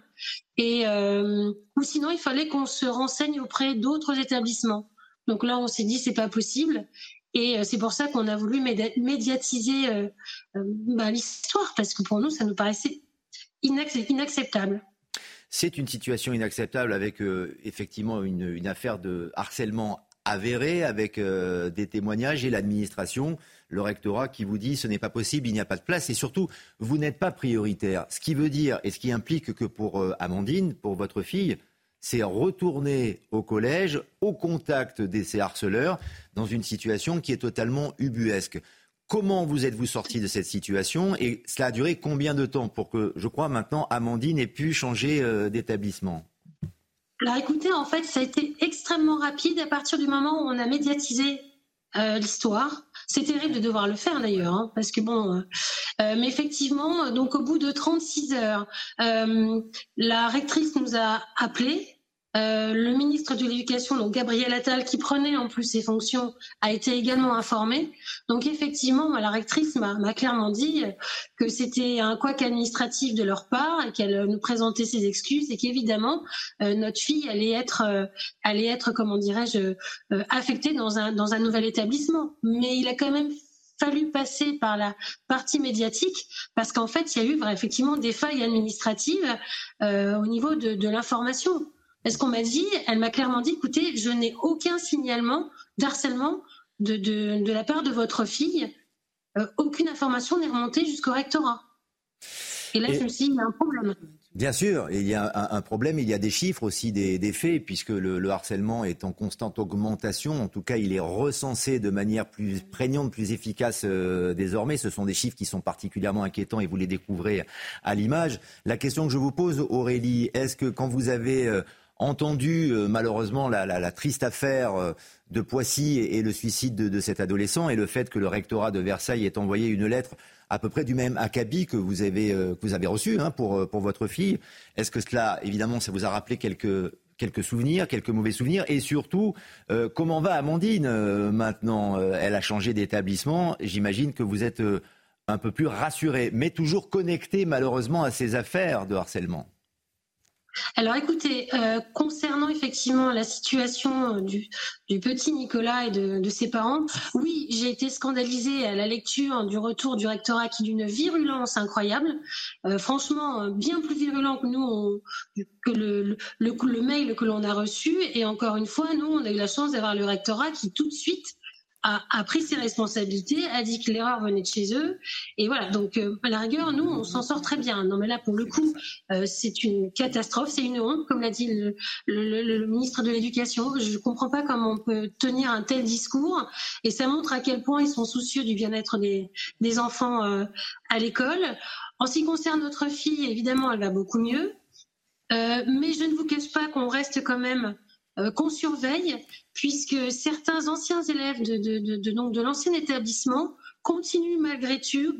Ou sinon il fallait qu'on se renseigne auprès d'autres établissements. Donc là on s'est dit c'est pas possible et c'est pour ça qu'on a voulu médiatiser l'histoire, parce que pour nous ça nous paraissait inacceptable. C'est une situation inacceptable avec effectivement une affaire de harcèlement avéré avec des témoignages et l'administration, le rectorat qui vous dit ce n'est pas possible, il n'y a pas de place et surtout vous n'êtes pas prioritaire. Ce qui veut dire et ce qui implique que pour Amandine, pour votre fille, c'est retourner au collège, au contact de ces harceleurs, dans une situation qui est totalement ubuesque. Comment vous êtes-vous sorti de cette situation et cela a duré combien de temps pour que, je crois maintenant, Amandine ait pu changer d'établissement ? Alors écoutez, en fait, ça a été extrêmement rapide à partir du moment où on a médiatisé l'histoire. C'est terrible de devoir le faire d'ailleurs, parce que mais effectivement, donc au bout de 36 heures, la rectrice nous a appelés. Le ministre de l'Éducation, donc Gabriel Attal, qui prenait en plus ses fonctions, a été également informé. Donc effectivement, la rectrice m'a clairement dit que c'était un couac administratif de leur part et qu'elle nous présentait ses excuses et qu'évidemment notre fille allait être comment dirais-je, affectée dans un nouvel établissement. Mais il a quand même fallu passer par la partie médiatique parce qu'en fait, il y a eu effectivement des failles administratives au niveau de l'information. Est-ce qu'on m'a dit, elle m'a clairement dit, écoutez, je n'ai aucun signalement d'harcèlement de la part de votre fille. Aucune information n'est remontée jusqu'au rectorat. Et là, je me suis dit, il y a un problème. Bien sûr, il y a un problème, il y a des chiffres aussi, des faits, puisque le harcèlement est en constante augmentation. En tout cas, il est recensé de manière plus prégnante, plus efficace désormais. Ce sont des chiffres qui sont particulièrement inquiétants et vous les découvrez à l'image. La question que je vous pose, Aurélie, est-ce que quand vous avez entendu malheureusement la triste affaire de Poissy et le suicide de cet adolescent et le fait que le rectorat de Versailles ait envoyé une lettre à peu près du même acabit que vous avez reçu pour votre fille, est-ce que cela, évidemment, ça vous a rappelé quelques souvenirs, quelques mauvais souvenirs et surtout, comment va Amandine maintenant? Elle a changé d'établissement, j'imagine que vous êtes un peu plus rassuré, mais toujours connecté malheureusement à ces affaires de harcèlement. Alors écoutez, concernant effectivement la situation du petit Nicolas et de ses parents, oui, j'ai été scandalisée à la lecture du retour du rectorat qui est d'une virulence incroyable, franchement bien plus virulent que nous, que le mail que l'on a reçu. Et encore une fois, nous, on a eu la chance d'avoir le rectorat qui tout de suite a pris ses responsabilités, a dit que l'erreur venait de chez eux. Et voilà, donc à la rigueur, nous, on s'en sort très bien. Non mais là, pour le coup, c'est une catastrophe, c'est une honte, comme l'a dit le ministre de l'Éducation. Je ne comprends pas comment on peut tenir un tel discours. Et ça montre à quel point ils sont soucieux du bien-être des enfants à l'école. En ce qui concerne notre fille, évidemment, elle va beaucoup mieux. Mais je ne vous cache pas qu'on reste quand même... qu'on surveille, puisque certains anciens élèves de l'ancien établissement continuent malgré tout,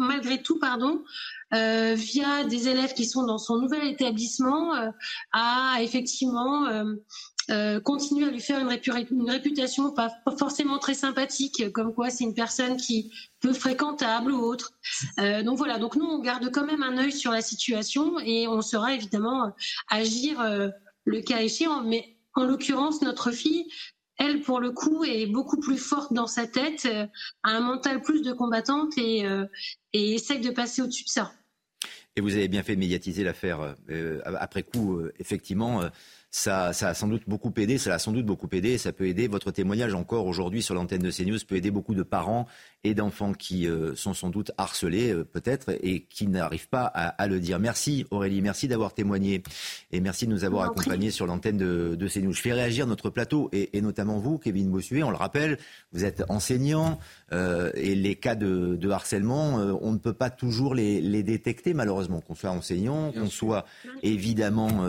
via des élèves qui sont dans son nouvel établissement, à effectivement continuer à lui faire une réputation pas forcément très sympathique, comme quoi c'est une personne qui peu fréquentable ou autre. Donc voilà, donc nous on garde quand même un œil sur la situation et on saura évidemment agir le cas échéant, mais en l'occurrence, notre fille, elle, pour le coup, est beaucoup plus forte dans sa tête, a un mental plus de combattante et essaye de passer au-dessus de ça. Et vous avez bien fait de médiatiser l'affaire après coup, effectivement. ça a sans doute beaucoup aidé, ça l'a sans doute beaucoup aidé, et ça peut aider. Votre témoignage encore aujourd'hui sur l'antenne de CNews peut aider beaucoup de parents et d'enfants qui sont sans doute harcelés peut-être et qui n'arrivent pas à le dire. Merci Aurélie, merci d'avoir témoigné et merci de nous avoir accompagnés sur l'antenne de CNews. Je fais réagir notre plateau et notamment vous, Kevin Bossuet, on le rappelle, vous êtes enseignant et les cas de harcèlement, on ne peut pas toujours les détecter malheureusement, qu'on soit enseignant, qu'on soit évidemment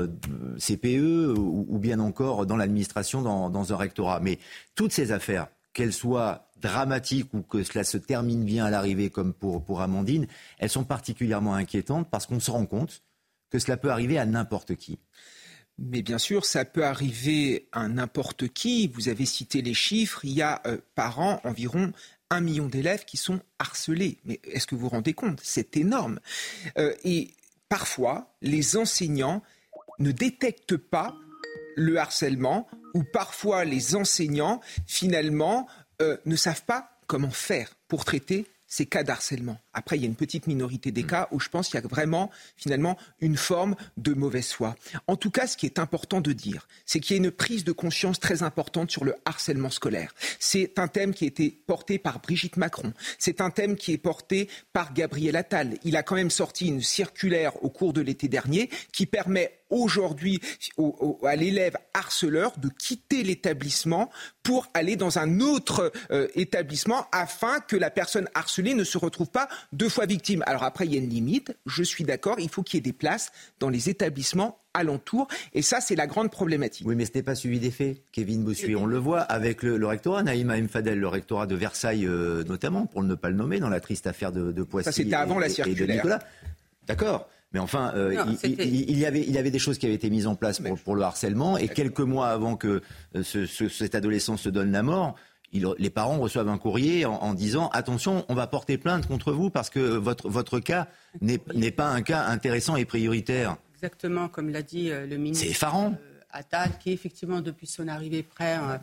CPE ou bien encore dans l'administration, dans un rectorat. Mais toutes ces affaires, qu'elles soient dramatiques ou que cela se termine bien à l'arrivée comme pour Amandine, elles sont particulièrement inquiétantes parce qu'on se rend compte que cela peut arriver à n'importe qui. Mais bien sûr, ça peut arriver à n'importe qui. Vous avez cité les chiffres. Il y a par an environ 1 million d'élèves qui sont harcelés. Mais est-ce que vous vous rendez compte ? C'est énorme. Et parfois, les enseignants ne détectent pas le harcèlement ou parfois les enseignants, finalement, ne savent pas comment faire pour traiter ces cas d'harcèlement. Après, il y a une petite minorité des cas où je pense qu'il y a vraiment, finalement, une forme de mauvaise foi. En tout cas, ce qui est important de dire, c'est qu'il y a une prise de conscience très importante sur le harcèlement scolaire. C'est un thème qui a été porté par Brigitte Macron. C'est un thème qui est porté par Gabriel Attal. Il a quand même sorti une circulaire au cours de l'été dernier qui permet aujourd'hui à l'élève harceleur de quitter l'établissement pour aller dans un autre établissement afin que la personne harcelée ne se retrouve pas 2 fois victime. Alors après, il y a une limite, je suis d'accord, il faut qu'il y ait des places dans les établissements alentours et ça, c'est la grande problématique. Oui, mais ce n'est pas suivi des faits, Kevin Bossuet. On le voit avec le rectorat, Naïma M. Fadel, le rectorat de Versailles notamment, pour ne pas le nommer, dans la triste affaire de Poissy. Ça, c'était avant la circulaire. Et de Nicolas. D'accord. Mais enfin, il y avait des choses qui avaient été mises en place pour le harcèlement. Et quelques mois avant que cet adolescent se donne la mort, les parents reçoivent un courrier en disant « Attention, on va porter plainte contre vous parce que votre cas n'est pas un cas intéressant et prioritaire. » Exactement, comme l'a dit le ministre. C'est effarant. Attal, qui effectivement, depuis son arrivée, prend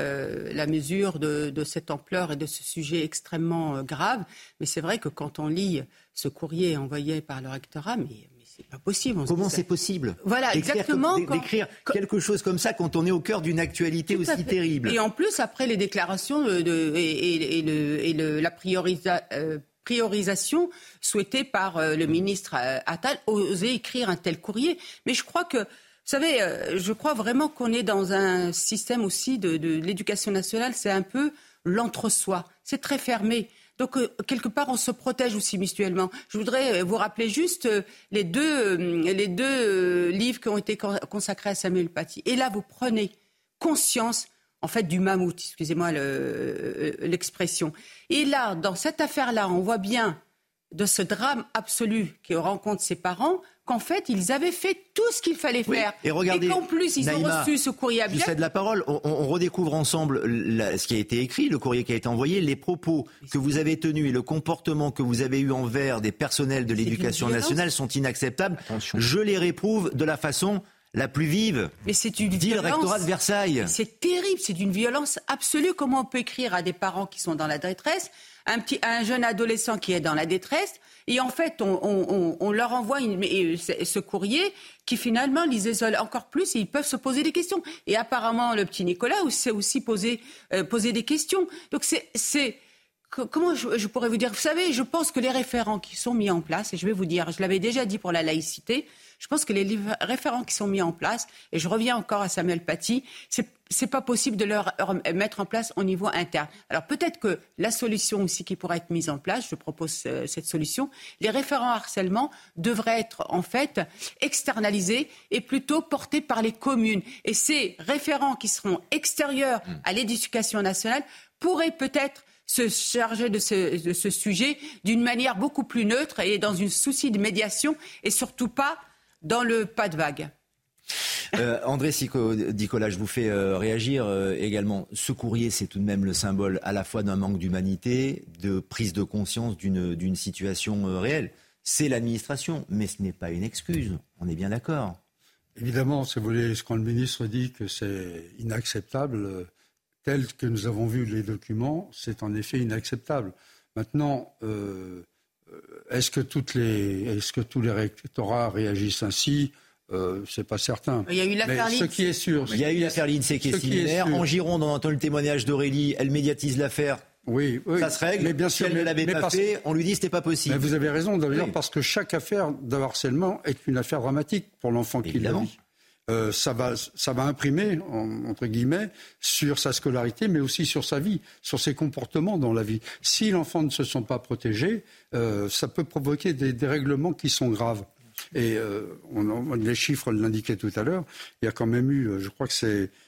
la mesure de cette ampleur et de ce sujet extrêmement grave. Mais c'est vrai que quand on lit ce courrier envoyé par le rectorat, mais c'est pas possible. Comment c'est possible ? Voilà, exactement. D'écrire quelque chose comme ça quand on est au cœur d'une actualité aussi terrible. Et en plus, après les déclarations la priorisation souhaitée par le ministre Attal, oser écrire un tel courrier. Mais je crois que, vous savez, je crois vraiment qu'on est dans un système aussi de l'éducation nationale, c'est un peu l'entre-soi. C'est très fermé. Donc, quelque part, on se protège aussi mutuellement. Je voudrais vous rappeler juste les deux livres qui ont été consacrés à Samuel Paty. Et là, vous prenez conscience, en fait, du mammouth, excusez-moi l'expression. Et là, dans cette affaire-là, on voit bien de ce drame absolu qui rencontre ses parents, qu'en fait, ils avaient fait tout ce qu'il fallait faire. Et regardez, qu'en plus, ils ont reçu ce courrier à bien. Je cède la parole. On redécouvre ensemble ce qui a été écrit, le courrier qui a été envoyé, les propos que vous avez tenus et le comportement que vous avez eu envers des personnels de l'éducation nationale sont inacceptables. Attention. Je les réprouve de la façon la plus vive. Mais c'est une dit violence. Le rectorat de Versailles. C'est terrible, c'est d'une violence absolue. Comment on peut écrire à des parents qui sont dans la détresse, un jeune adolescent qui est dans la détresse, et en fait on leur envoie ce courrier qui finalement les isole encore plus et ils peuvent se poser des questions. Et apparemment le petit Nicolas s'est aussi posé des questions. Donc c'est comment je pourrais vous dire, vous savez, je pense que les référents qui sont mis en place, et je vais vous dire, je l'avais déjà dit pour la laïcité, je pense que les référents qui sont mis en place, et je reviens encore à Samuel Paty, c'est pas possible de leur mettre en place au niveau interne. Alors peut-être que la solution aussi qui pourrait être mise en place, je propose cette solution, les référents harcèlement devraient être en fait externalisés et plutôt portés par les communes. Et ces référents qui seront extérieurs à l'éducation nationale pourraient peut-être se charger de ce sujet d'une manière beaucoup plus neutre et dans un souci de médiation et surtout pas dans le pas de vague. André Nicolas, je vous fais réagir également. Ce courrier, c'est tout de même le symbole à la fois d'un manque d'humanité, de prise de conscience d'une situation réelle. C'est l'administration, mais ce n'est pas une excuse. On est bien d'accord. Évidemment, si vous voulez, quand le ministre dit que c'est inacceptable, tel que nous avons vu les documents, c'est en effet inacceptable. Maintenant, est-ce que tous les rectorats réagissent ainsi ? c'est pas certain. Il y a eu l'affaire Lindsay. Ce qui est sûr, il y a eu l'affaire Lindsay qui est similaire. En Gironde, on entend le témoignage d'Aurélie. Elle médiatise l'affaire. Oui, ça se règle. Mais bien sûr, si elle ne l'avait pas fait, on lui dit que c'était pas possible. Mais vous avez raison d'ailleurs, parce que chaque affaire de harcèlement est une affaire dramatique pour l'enfant qui la vit. Ça va imprimer, entre guillemets, sur sa scolarité, mais aussi sur sa vie, sur ses comportements dans la vie. Si l'enfant ne se sent pas protégé, ça peut provoquer des dérèglements qui sont graves. Et les chiffres l'indiquaient tout à l'heure, il y a quand même eu, je crois que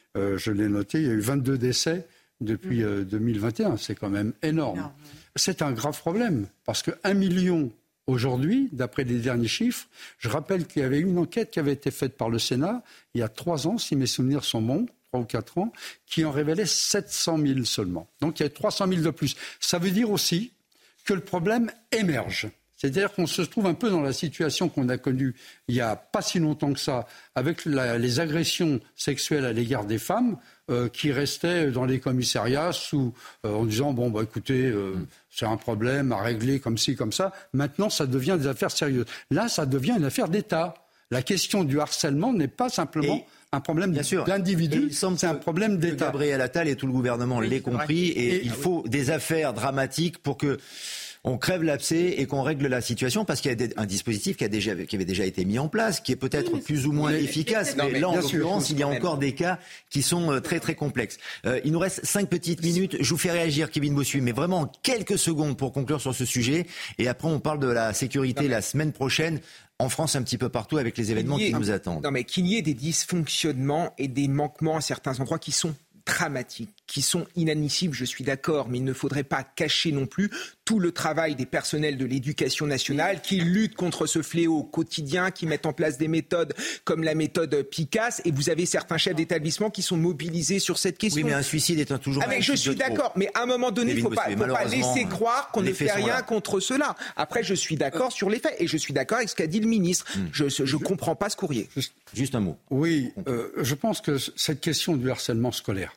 je l'ai noté, il y a eu 22 décès depuis 2021. C'est quand même énorme. C'est un grave problème, parce que 1 million aujourd'hui, d'après les derniers chiffres, je rappelle qu'il y avait une enquête qui avait été faite par le Sénat il y a 3 ans, si mes souvenirs sont bons, 3 ou 4 ans, qui en révélait 700 000 seulement. Donc il y a 300 000 de plus. Ça veut dire aussi que le problème émerge. C'est-à-dire qu'on se trouve un peu dans la situation qu'on a connue il n'y a pas si longtemps que ça, avec les agressions sexuelles à l'égard des femmes qui restaient dans les commissariats en disant « écoutez, c'est un problème à régler comme ci, comme ça ». Maintenant, ça devient des affaires sérieuses. Là, ça devient une affaire d'État. La question du harcèlement n'est pas simplement un problème d'individu, c'est un problème d'État. Gabriel Attal et tout le gouvernement l'aient compris et il faut des affaires dramatiques pour que on crève l'abcès et qu'on règle la situation, parce qu'il y a un dispositif qui avait déjà été mis en place, qui est peut-être plus ou moins efficace. Mais là, en l'occurrence, il y a encore des cas qui sont très très complexes. Il nous reste 5 petites minutes. Je vous fais réagir, Kevin Bossuet, mais vraiment en quelques secondes pour conclure sur ce sujet. Et après, on parle de la sécurité la semaine prochaine. En France, un petit peu partout, avec les événements qui nous attendent. Non, mais qu'il y ait des dysfonctionnements et des manquements à certains endroits qui sont dramatiques, qui sont inadmissibles, je suis d'accord, mais il ne faudrait pas cacher non plus tout le travail des personnels de l'éducation nationale qui luttent contre ce fléau au quotidien, qui mettent en place des méthodes comme la méthode PICAS, et vous avez certains chefs d'établissement qui sont mobilisés sur cette question. Oui, mais un suicide est toujours mais je suis d'accord, mais à un moment donné, il ne faut pas laisser croire qu'on ne fait rien contre cela. Après, je suis d'accord sur les faits, et je suis d'accord avec ce qu'a dit le ministre. Je ne comprends pas ce courrier. Juste un mot. Oui, je pense que cette question du harcèlement scolaire,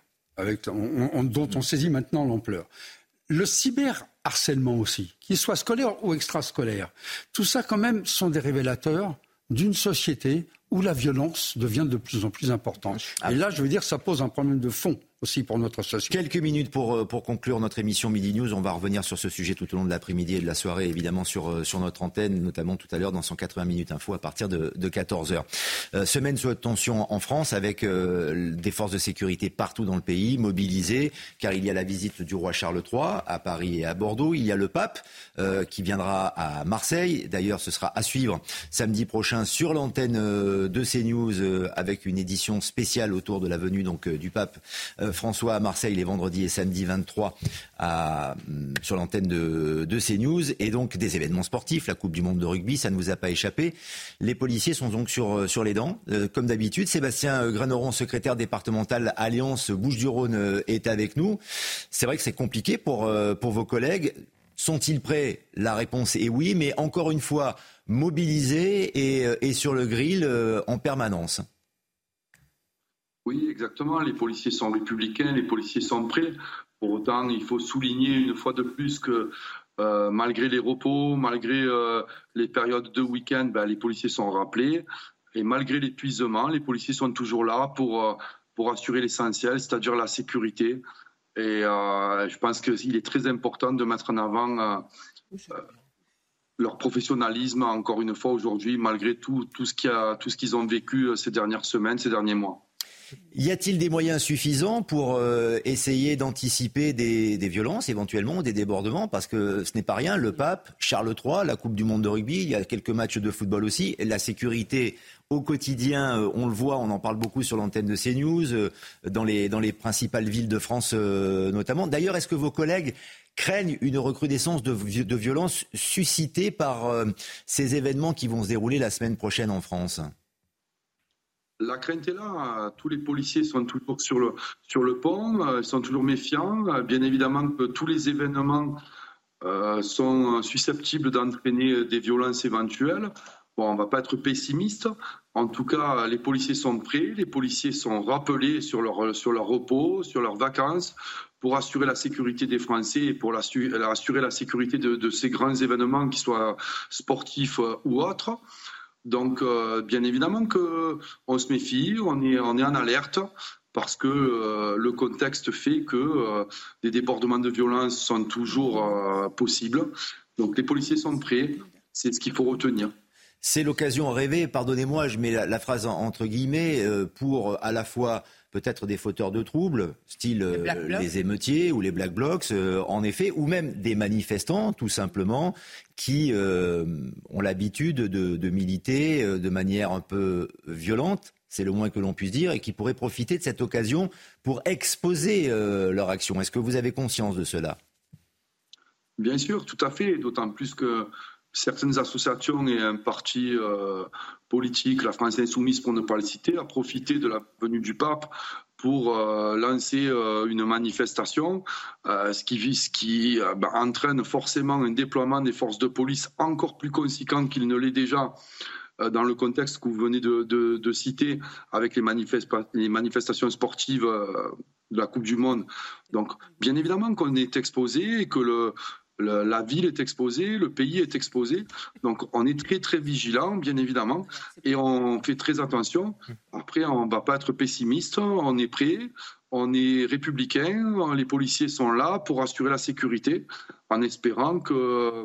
dont on saisit maintenant l'ampleur. Le cyberharcèlement aussi, qu'il soit scolaire ou extrascolaire, tout ça quand même sont des révélateurs d'une société où la violence devient de plus en plus importante. Et là, je veux dire, ça pose un problème de fond aussi pour notre société. Quelques minutes pour conclure notre émission Midi News. On va revenir sur ce sujet tout au long de l'après-midi et de la soirée, évidemment, sur notre antenne, notamment tout à l'heure dans 180 minutes info à partir de 14h. Semaine sous haute tension en France, avec des forces de sécurité partout dans le pays, mobilisées, car il y a la visite du roi Charles III à Paris et à Bordeaux. Il y a le pape qui viendra à Marseille. D'ailleurs, ce sera à suivre samedi prochain sur l'antenne de CNews avec une édition spéciale autour de la venue du pape François à Marseille les vendredis et samedis 23 sur l'antenne de CNews. Et donc des événements sportifs, la Coupe du Monde de rugby, ça ne vous a pas échappé. Les policiers sont donc sur les dents, comme d'habitude. Sébastien Graneron, secrétaire départemental Alliance Bouches-du-Rhône, est avec nous. C'est vrai que c'est compliqué pour vos collègues. Sont-ils prêts ? La réponse est oui, mais encore une fois, mobilisés et sur le grill en permanence. Oui, exactement. Les policiers sont républicains, les policiers sont prêts. Pour autant, il faut souligner une fois de plus que malgré les repos, malgré les périodes de week-end, les policiers sont rappelés. Et malgré l'épuisement, les policiers sont toujours là pour assurer l'essentiel, c'est-à-dire la sécurité. Et je pense qu'il est très important de mettre en avant leur professionnalisme, encore une fois aujourd'hui, malgré tout ce qu'ils ont vécu ces dernières semaines, ces derniers mois. Y a-t-il des moyens suffisants pour essayer d'anticiper des violences, éventuellement, des débordements ? Parce que ce n'est pas rien, le pape, Charles III, la Coupe du Monde de rugby, il y a quelques matchs de football aussi. Et la sécurité au quotidien, on le voit, on en parle beaucoup sur l'antenne de CNews, dans les principales villes de France notamment. D'ailleurs, est-ce que vos collègues craignent une recrudescence de violences suscitées par ces événements qui vont se dérouler la semaine prochaine en France ? La crainte est là. Tous les policiers sont toujours sur le pont, sont toujours méfiants. Bien évidemment que tous les événements sont susceptibles d'entraîner des violences éventuelles. Bon, on ne va pas être pessimiste. En tout cas, les policiers sont prêts. Les policiers sont rappelés sur leur repos, sur leurs vacances, pour assurer la sécurité des Français et pour assurer la sécurité de ces grands événements, qu'ils soient sportifs ou autres. Donc, bien évidemment qu'on se méfie, on est en alerte, parce que le contexte fait que des débordements de violence sont toujours possibles. Donc, les policiers sont prêts, c'est ce qu'il faut retenir. C'est l'occasion rêvée, pardonnez-moi, je mets la phrase entre guillemets, pour à la fois peut-être des fauteurs de troubles, style les émeutiers ou les Black Blocs, en effet, ou même des manifestants, tout simplement, qui ont l'habitude de militer de manière un peu violente, c'est le moins que l'on puisse dire, et qui pourraient profiter de cette occasion pour exposer leur action. Est-ce que vous avez conscience de cela ? Bien sûr, tout à fait, d'autant plus que certaines associations et un parti politique, la France Insoumise pour ne pas le citer, a profité de la venue du pape pour lancer une manifestation, ce qui entraîne forcément un déploiement des forces de police encore plus conséquent qu'il ne l'est déjà dans le contexte que vous venez de citer avec les manifestations sportives de la Coupe du Monde. Donc, bien évidemment qu'on est exposé et que la ville est exposée, le pays est exposé. Donc, on est très, très vigilant, bien évidemment, et on fait très attention. Après, on ne va pas être pessimiste, on est prêt, on est républicain, les policiers sont là pour assurer la sécurité, en espérant que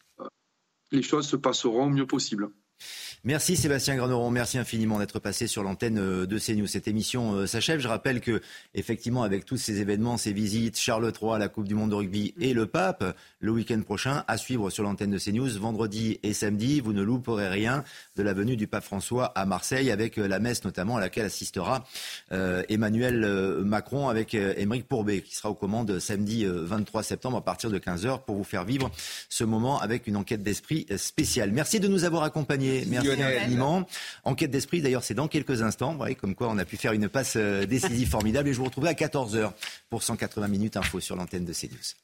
les choses se passeront le mieux possible. Merci Sébastien Graneron, merci infiniment d'être passé sur l'antenne de CNews. Cette émission s'achève. Je rappelle que, effectivement, avec tous ces événements, ces visites, Charles III, la Coupe du Monde de rugby et le pape, le week-end prochain, à suivre sur l'antenne de CNews, vendredi et samedi, vous ne louperez rien de la venue du pape François à Marseille, avec la messe notamment à laquelle assistera Emmanuel Macron avec Aymeric Pourbet, qui sera aux commandes samedi 23 septembre à partir de 15h pour vous faire vivre ce moment avec une enquête d'esprit spéciale. Merci de nous avoir accompagnés. Merci infiniment. Enquête d'esprit, d'ailleurs, c'est dans quelques instants. Vous voyez, comme quoi on a pu faire une passe décisive formidable. Et je vous retrouverai à 14h pour 180 minutes info sur l'antenne de CNews.